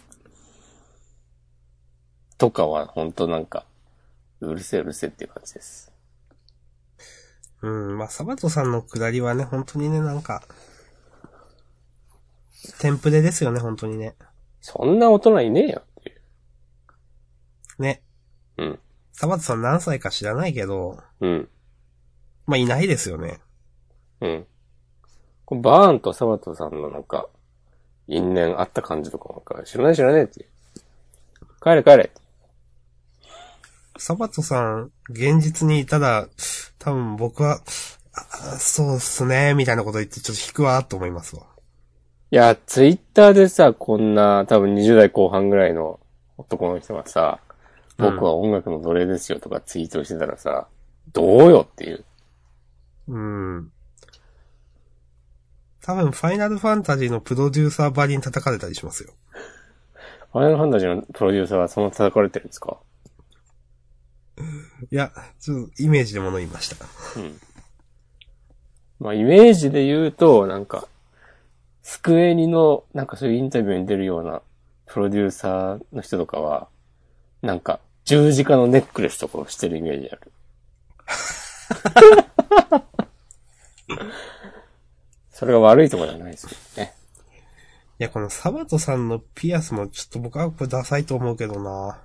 とかは本当なんか、うるせえうるせえっていう感じです。 うん、まあ、サバトさんの下りはね、本当にね、なんか、テンプレですよね、本当にね。 そんな大人いねえよっていう。 ね。 うん。 サバトさん何歳か知らないけど、 うん。 まあ、いないですよね。 うん。これバーンとサバトさんのなんか、因縁あった感じとかなんか、知らない知らねえっていう。帰れ帰れ。 サバトさん、現実にいたら、多分僕は、そうっすね、みたいなこと言ってちょっと引くわ、と思いますわ。 いや、ツイッターでさ、こんな、多分にじゅう代後半ぐらいの男の人がさ、僕は音楽の奴隷ですよとかツイートしてたらさ、どうよっていう。 うん。 多分、ファイナルファンタジーのプロデューサーばりに叩かれたりしますよ。 ファイナルファンタジーのプロデューサーはその叩かれてるんですか？ いや、ちょっとイメージでもの言いました。 うん。まあ、イメージで言うと、なんか、スクエニの、なんかそういうインタビューに出るようなプロデューサーの人とかは、なんか、十字架のネックレスとかをしてるイメージある。それが悪いところじゃないですけどね。 いや、このサバトさんのピアスもちょっと僕はこれダサいと思うけどな。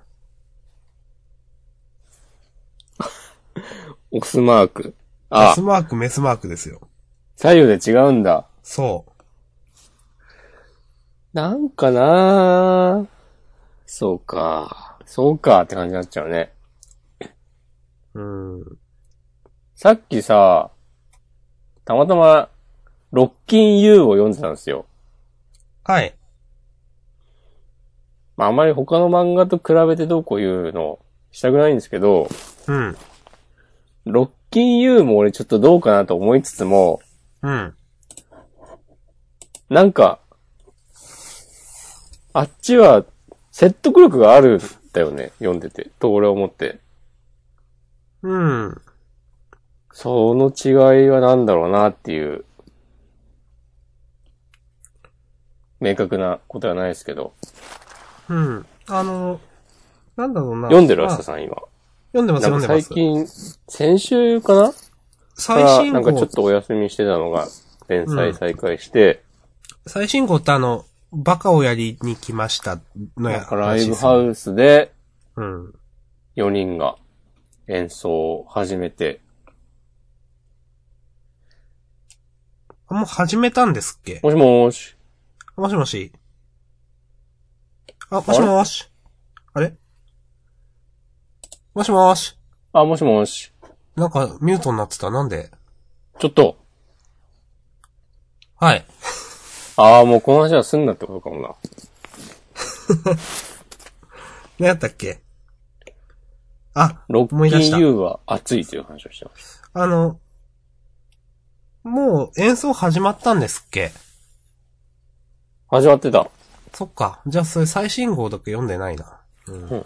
オスマーク。ああ。 オスマーク、メスマークですよ。 左右で違うんだ。 そう。 なんかなぁ。そうか。そうかって感じになっちゃうね。 うん。 さっきさ、たまたま、ロッキン U を読んでたんですよ。 はい。 まあ、あまり他の漫画と比べてどうこういうのしたくないんですけど、 うん。 ロッキン U も俺ちょっとどうかなと思いつつも、 うん。 なんか、あっちは説得力があるんだよね、読んでて。と俺は思って。 うん。 その違いは何だろうなっていう、明確なことはないですけど。 うん。あの、なんだろうな。 読んでる、明日さん今。 読んでます、読んでます。 最近、先週かな最新号。 なんかちょっとお休みしてたのが、連載再開して、 うん、最新号ってあの、バカをやりに来ましたのや。 なんかライブハウスで、 うん。 よにんが演奏を始めて。 あ、もう始めたんですっけ？ もしもーし。 もしもし。あ、もしもーし。あれもしもーし。 あ、もしもし。 なんか、ミュートになってた。なんで？ ちょっと。 はい。 ああ、もうこの話は済んだってことかもな。 何やったっけ？あ、 ロッキン U は熱いという話をしてます。 あの、もう演奏始まったんですっけ？ 始まってた。 そっか。じゃあそれ最新号だけ読んでないな。うん。うん、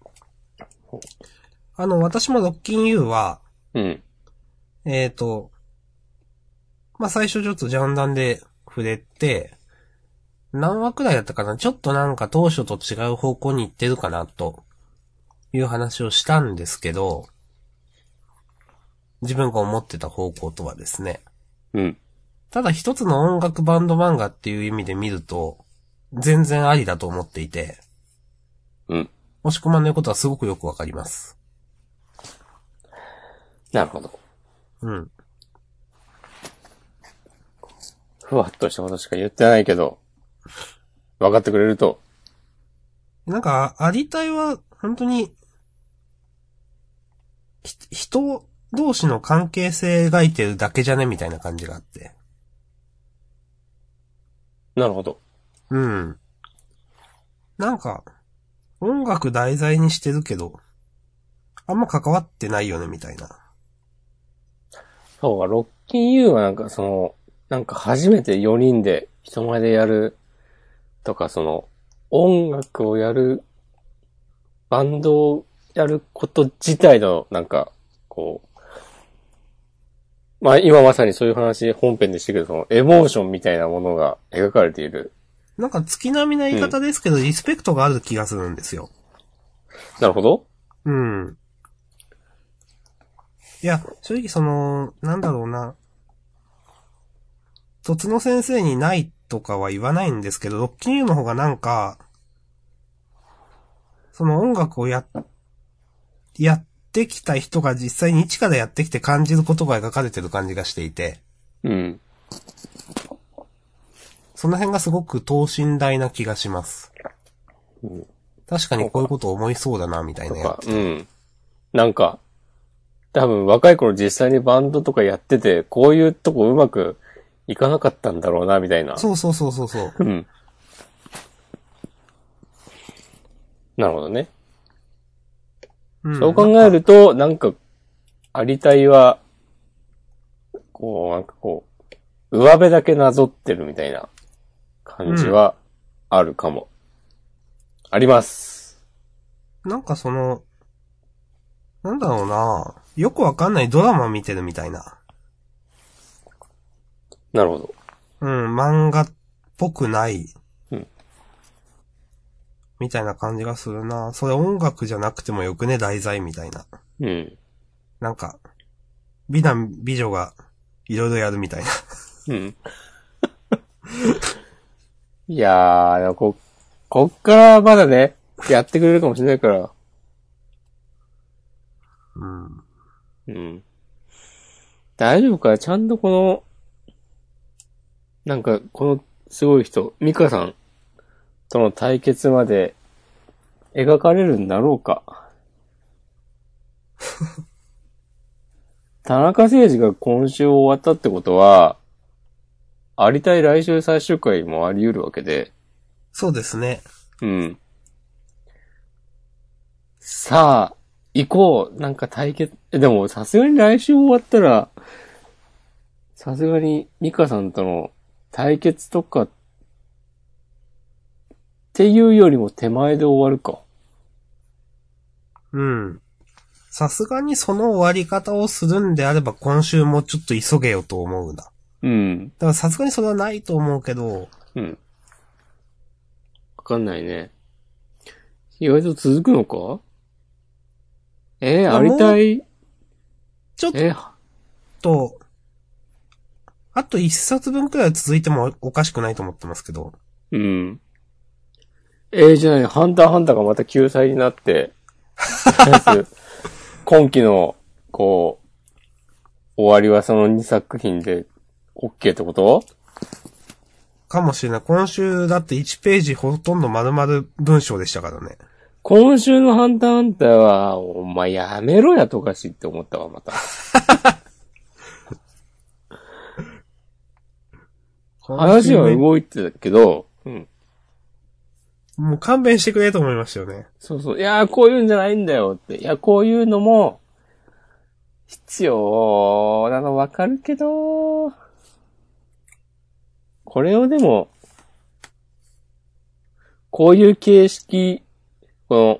あの、私もロッキン U は、 うん。 えっと、まあ、最初ちょっとジャンダンで触れて、何話くらいだったかな？ちょっとなんか当初と違う方向に行ってるかな、という話をしたんですけど、自分が思ってた方向とはですね。 うん。 ただ一つの音楽バンド漫画っていう意味で見ると、全然ありだと思っていて、 うん。 もしくまんの言うことはすごくよくわかります。 なるほど。 うん。 ふわっとしたことしか言ってないけど、分かってくれると。 なんか、ありたいは、本当に、人同士の関係性描いてるだけじゃねみたいな感じがあって。 なるほど。 うん。なんか、音楽題材にしてるけど、あんま関わってないよねみたいな。 そうか、ロッキン U はなんかその、なんか初めてよにんで人前でやるとか、その、音楽をやる、バンドをやること自体の、なんか、こう、まあ今まさにそういう話本編でしてるけど、そのエモーションみたいなものが描かれている。 なんか月並みな言い方ですけど、うん、リスペクトがある気がするんですよ。 なるほど。 うん。いや、正直その、なんだろうな。卒の先生にないとかは言わないんですけど、ロッキン U の方がなんか、その音楽をや、やってきた人が実際に一からやってきて感じることが描かれてる感じがしていて。 うん。 その辺がすごく等身大な気がします。うん、確かにこういうこと思いそうだな、みたいなやつ。 うん。なんか、多分若い頃実際にバンドとかやってて、こういうとこうまくいかなかったんだろうな、みたいな。 そうそうそうそうそう。 うん。なるほどね。うん、そう考えると、なんか、ありたいは、こう、なんかこう、 上辺だけなぞってるみたいな感じはあるかも。うん、あります。 なんかその、なんだろうな、よくわかんないドラマ見てるみたいな。 なるほど。 うん、漫画っぽくない。 うん。 みたいな感じがするな。それ音楽じゃなくてもよくね、題材みたいな。 うん。 なんか、美男美女がいろいろやるみたいな。 うん。いやー、こ、こっからまだね、やってくれるかもしれないから。 うん。 うん。大丈夫か、ちゃんとこの、なんか、このすごい人、ミカさんとの対決まで描かれるんだろうか。田中誠二が今週終わったってことは、ありたい来週最終回もあり得るわけで。 そうですね。 うん。さあ、行こう。なんか対決、でもさすがに来週終わったら、さすがにミカさんとの対決とかっていうよりも手前で終わるか。 うん。さすがにその終わり方をするんであれば今週もちょっと急げよと思うな。 うん。 だからさすがにそれはないと思うけど。 うん。わかんないね。意外と続くのか？えー、ありたい。 ちょっと、あと一冊分くらい続いてもおかしくないと思ってますけど。 うん。えー、じゃない、ハンターハンターがまた救済になって、今期の、こう、終わりはそのにさく品で OK ってこと？ かもしれない。今週だっていちページほとんど丸々文章でしたからね。 今週のハンターハンターは、お前やめろやとかしって思ったわ、また。話は動いてたけど、うん。 もう勘弁してくれと思いましたよね。 そうそう。いやー、こういうんじゃないんだよって。いや、こういうのも、必要なのわかるけど、これをでも、こういう形式、この、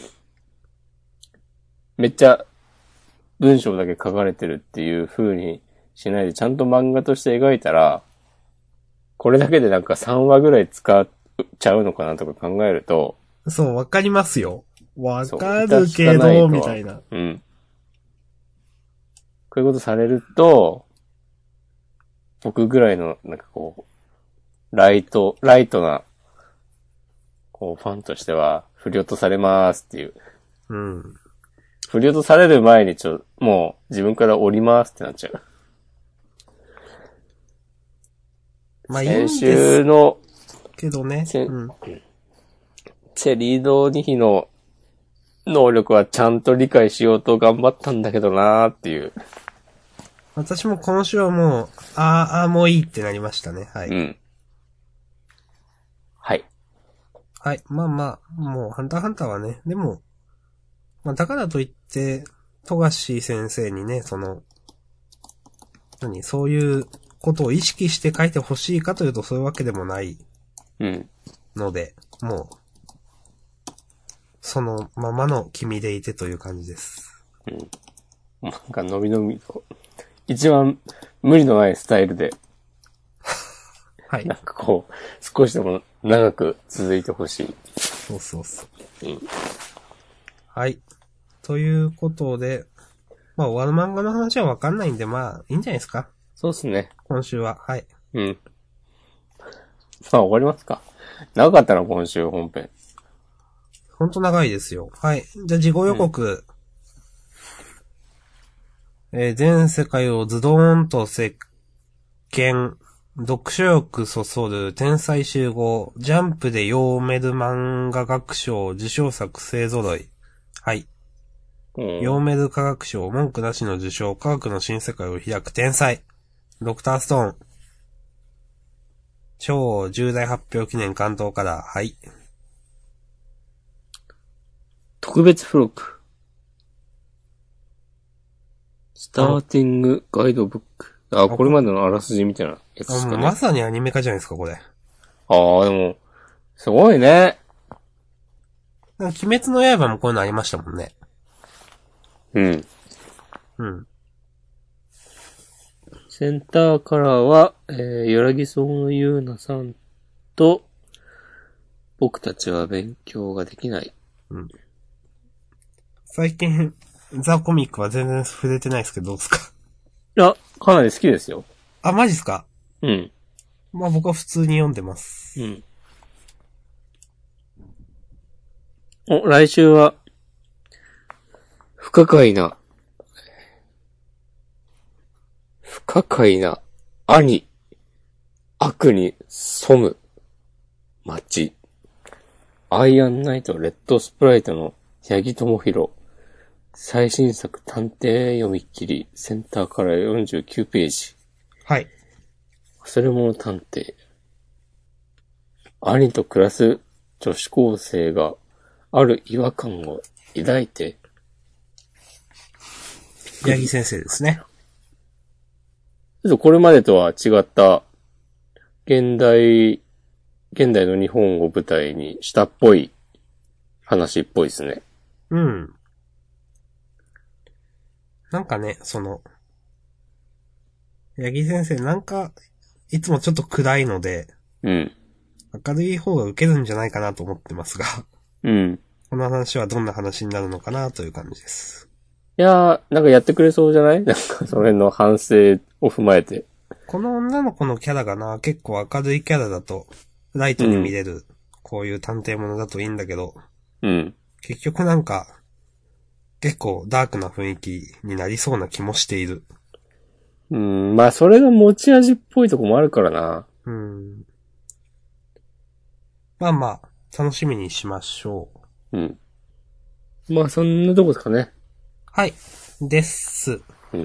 めっちゃ文章だけ書かれてるっていう風にしないで、ちゃんと漫画として描いたら、これだけでなんかさんわぐらい使っちゃうのかなとか考えると、 そう、わかりますよ。わかるけど、みたいな。 うん。こういうことされると、僕ぐらいの、なんかこう、ライト、ライトな、こう、ファンとしては、振り落とされますっていう。 うん。 振り落とされる前にちょ、もう自分から降りますってなっちゃう。 まあいいんです先週の、 けどね。うん。 チェリードニヒの能力はちゃんと理解しようと頑張ったんだけどなーっていう。 私も今週はもう、あー、あーもういいってなりましたね。はい。 うん。はい。 はい。まあまあ、もう、ハンターハンターはね、でも、まあだからといって、富樫先生にね、その、何、そういうことを意識して書いてほしいかというとそういうわけでもないうん。 ので、もう、そのままの君でいてという感じです。 うん。なんか伸び伸びと、一番無理のないスタイルで、 はい。 なんかこう、少しでも長く続いてほしい。 そうそうそう。 うん。 はい。ということで、まあ終わる漫画の話はわかんないんで、まあいいんじゃないですか。 そうっすね。 今週は。はい。 うん。まあ終わりますか。長かったな、今週本編。 ほんと長いですよ。はい。じゃあ、事後予告。うん、えー、全世界をズドーンと席巻、読書欲そそる天才集合、ジャンプで読める漫画学賞受賞作勢揃い。はい。うん、読める科学賞、文句なしの受賞、科学の新世界を開く天才。ドクターストーン。超重大発表記念関東カラー。はい。 特別付録。スターティングガイドブック。 あ、これまでのあらすじみたいなやつですかね。 まさにアニメ化じゃないですか、これ。 ああ、でも、すごいね。 なんか鬼滅の刃もこういうのありましたもんね。 うん。 うん。 センターカラーは、えー、よらぎそうのゆうなさんと、僕たちは勉強ができない。 うん。最近、ザ・コミックは全然触れてないですけど、どうですか？ いや、かなり好きですよ。 あ、マジっすか？ うん。 まあ僕は普通に読んでます。 うん。お、来週は、不可解な、不可解な、兄、悪に染む、街。アイアンナイトレッドスプライトの八木智弘。最新作探偵読み切り、センターからよんじゅうきゅうページ。 はい。 忘れ物探偵。兄と暮らす女子高生がある違和感を抱いて。 八木先生ですね。 ちょっとこれまでとは違った現代、現代の日本を舞台にしたっぽい話っぽいですね。 うん。なんかね、その、八木先生なんか、いつもちょっと暗いので、 うん。 明るい方が受けるんじゃないかなと思ってますが、 うん。 この話はどんな話になるのかなという感じです。 いやー、なんかやってくれそうじゃない？なんかその辺の反省を踏まえて。 この女の子のキャラがな、結構明るいキャラだと、ライトに見れる、うん、こういう探偵物だといいんだけど、 うん。 結局なんか、結構ダークな雰囲気になりそうな気もしている。 うん、まあそれが持ち味っぽいとこもあるからな。 うん。まあまあ、楽しみにしましょう。うん。まあそんなとこですかね。 はい。です。 うん。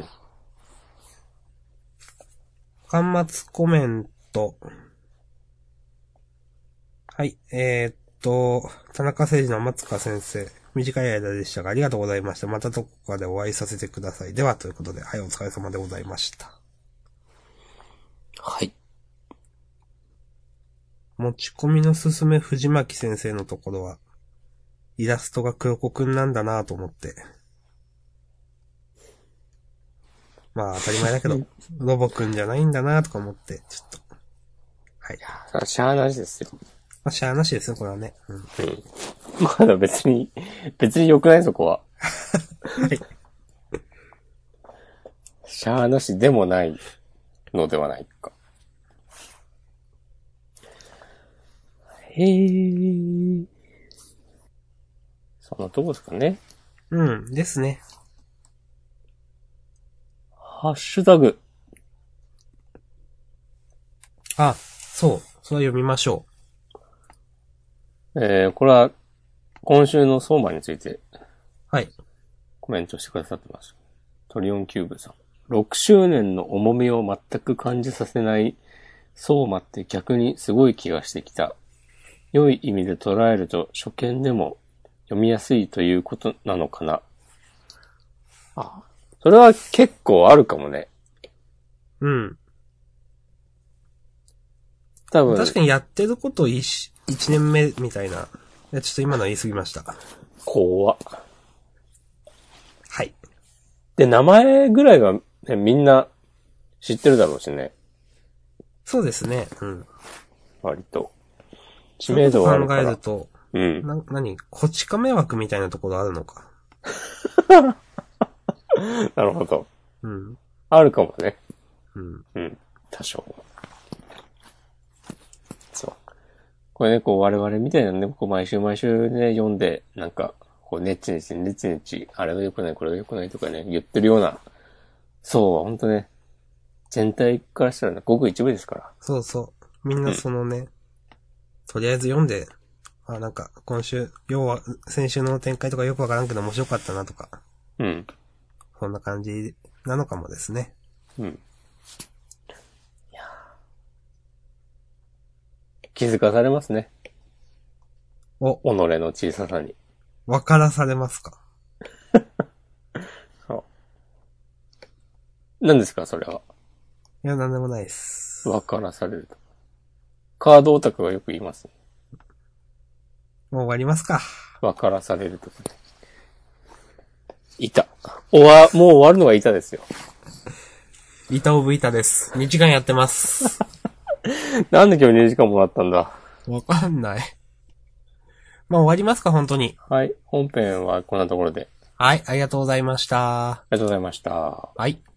端末コメント。はい。えー、っと、田中誠二の松川先生。短い間でしたがありがとうございました。またどこかでお会いさせてください。では、ということで、はい、お疲れ様でございました。 はい。 持ち込みのすすめ藤巻先生のところは、イラストが黒子くんなんだなぁと思って。まあ当たり前だけど、ロボくんじゃないんだなぁとか思って、ちょっと。はい。 いや、しゃーなしですよ。 まあ、しゃーなしですね、これはね。うん。うん、 まだ別に、別に良くないそこは。 はい。 しゃーなしでもないのではないか。へー。そんなとこですかね。 うん、ですね。 ハッシュタグ。 あ、そう。それは読みましょう。えー、これは、今週の相馬について。 はい。 コメントしてくださってます。トリオンキューブさん。ろくしゅうねんの重みを全く感じさせない相馬って逆にすごい気がしてきた。良い意味で捉えると初見でも読みやすいということなのかな。あ、それは結構あるかもね。 うん。 多分。 確かにやってること一、一年目みたいな。いや、ちょっと今のは言い過ぎました。 怖っ。 はい。 で、名前ぐらいは、ね、みんな知ってるだろうしね。 そうですね。うん。 割と。知名度はあるから。 考えると、 うん。 な、なに、こち亀枠みたいなところあるのか。 なるほど。 うん。 あるかもね。 うん。 うん。多少。そう。これね、こう我々みたいなね、こう毎週毎週ね、読んで、なんか、こう、ネチネチ、ネチネチ、あれが良くない、これが良くないとかね、言ってるような、そう、ほんとね、全体からしたらね、ごく一部ですから。 そうそう。みんなそのね、うん、とりあえず読んで、あ、なんか、今週、要は、先週の展開とかよくわからんけど面白かったなとか。 うん。 そんな感じなのかもですね。 うん。いや気づかされますね。 お、 己の小ささに。 わからされますか？ そう。何ですか、それは。 いや、なんでもないです。 分からされると。カードオタクがよく言います、ね。 もう終わりますか。 分からされると。板。終わ、もう終わるのが板ですよ。 板オブ板です。にじかんやってます。 なんで今日にじかんもらったんだ。 わかんない。まあ終わりますか、本当に。 はい。本編はこんなところで。 はい、ありがとうございました。 ありがとうございました。 はい。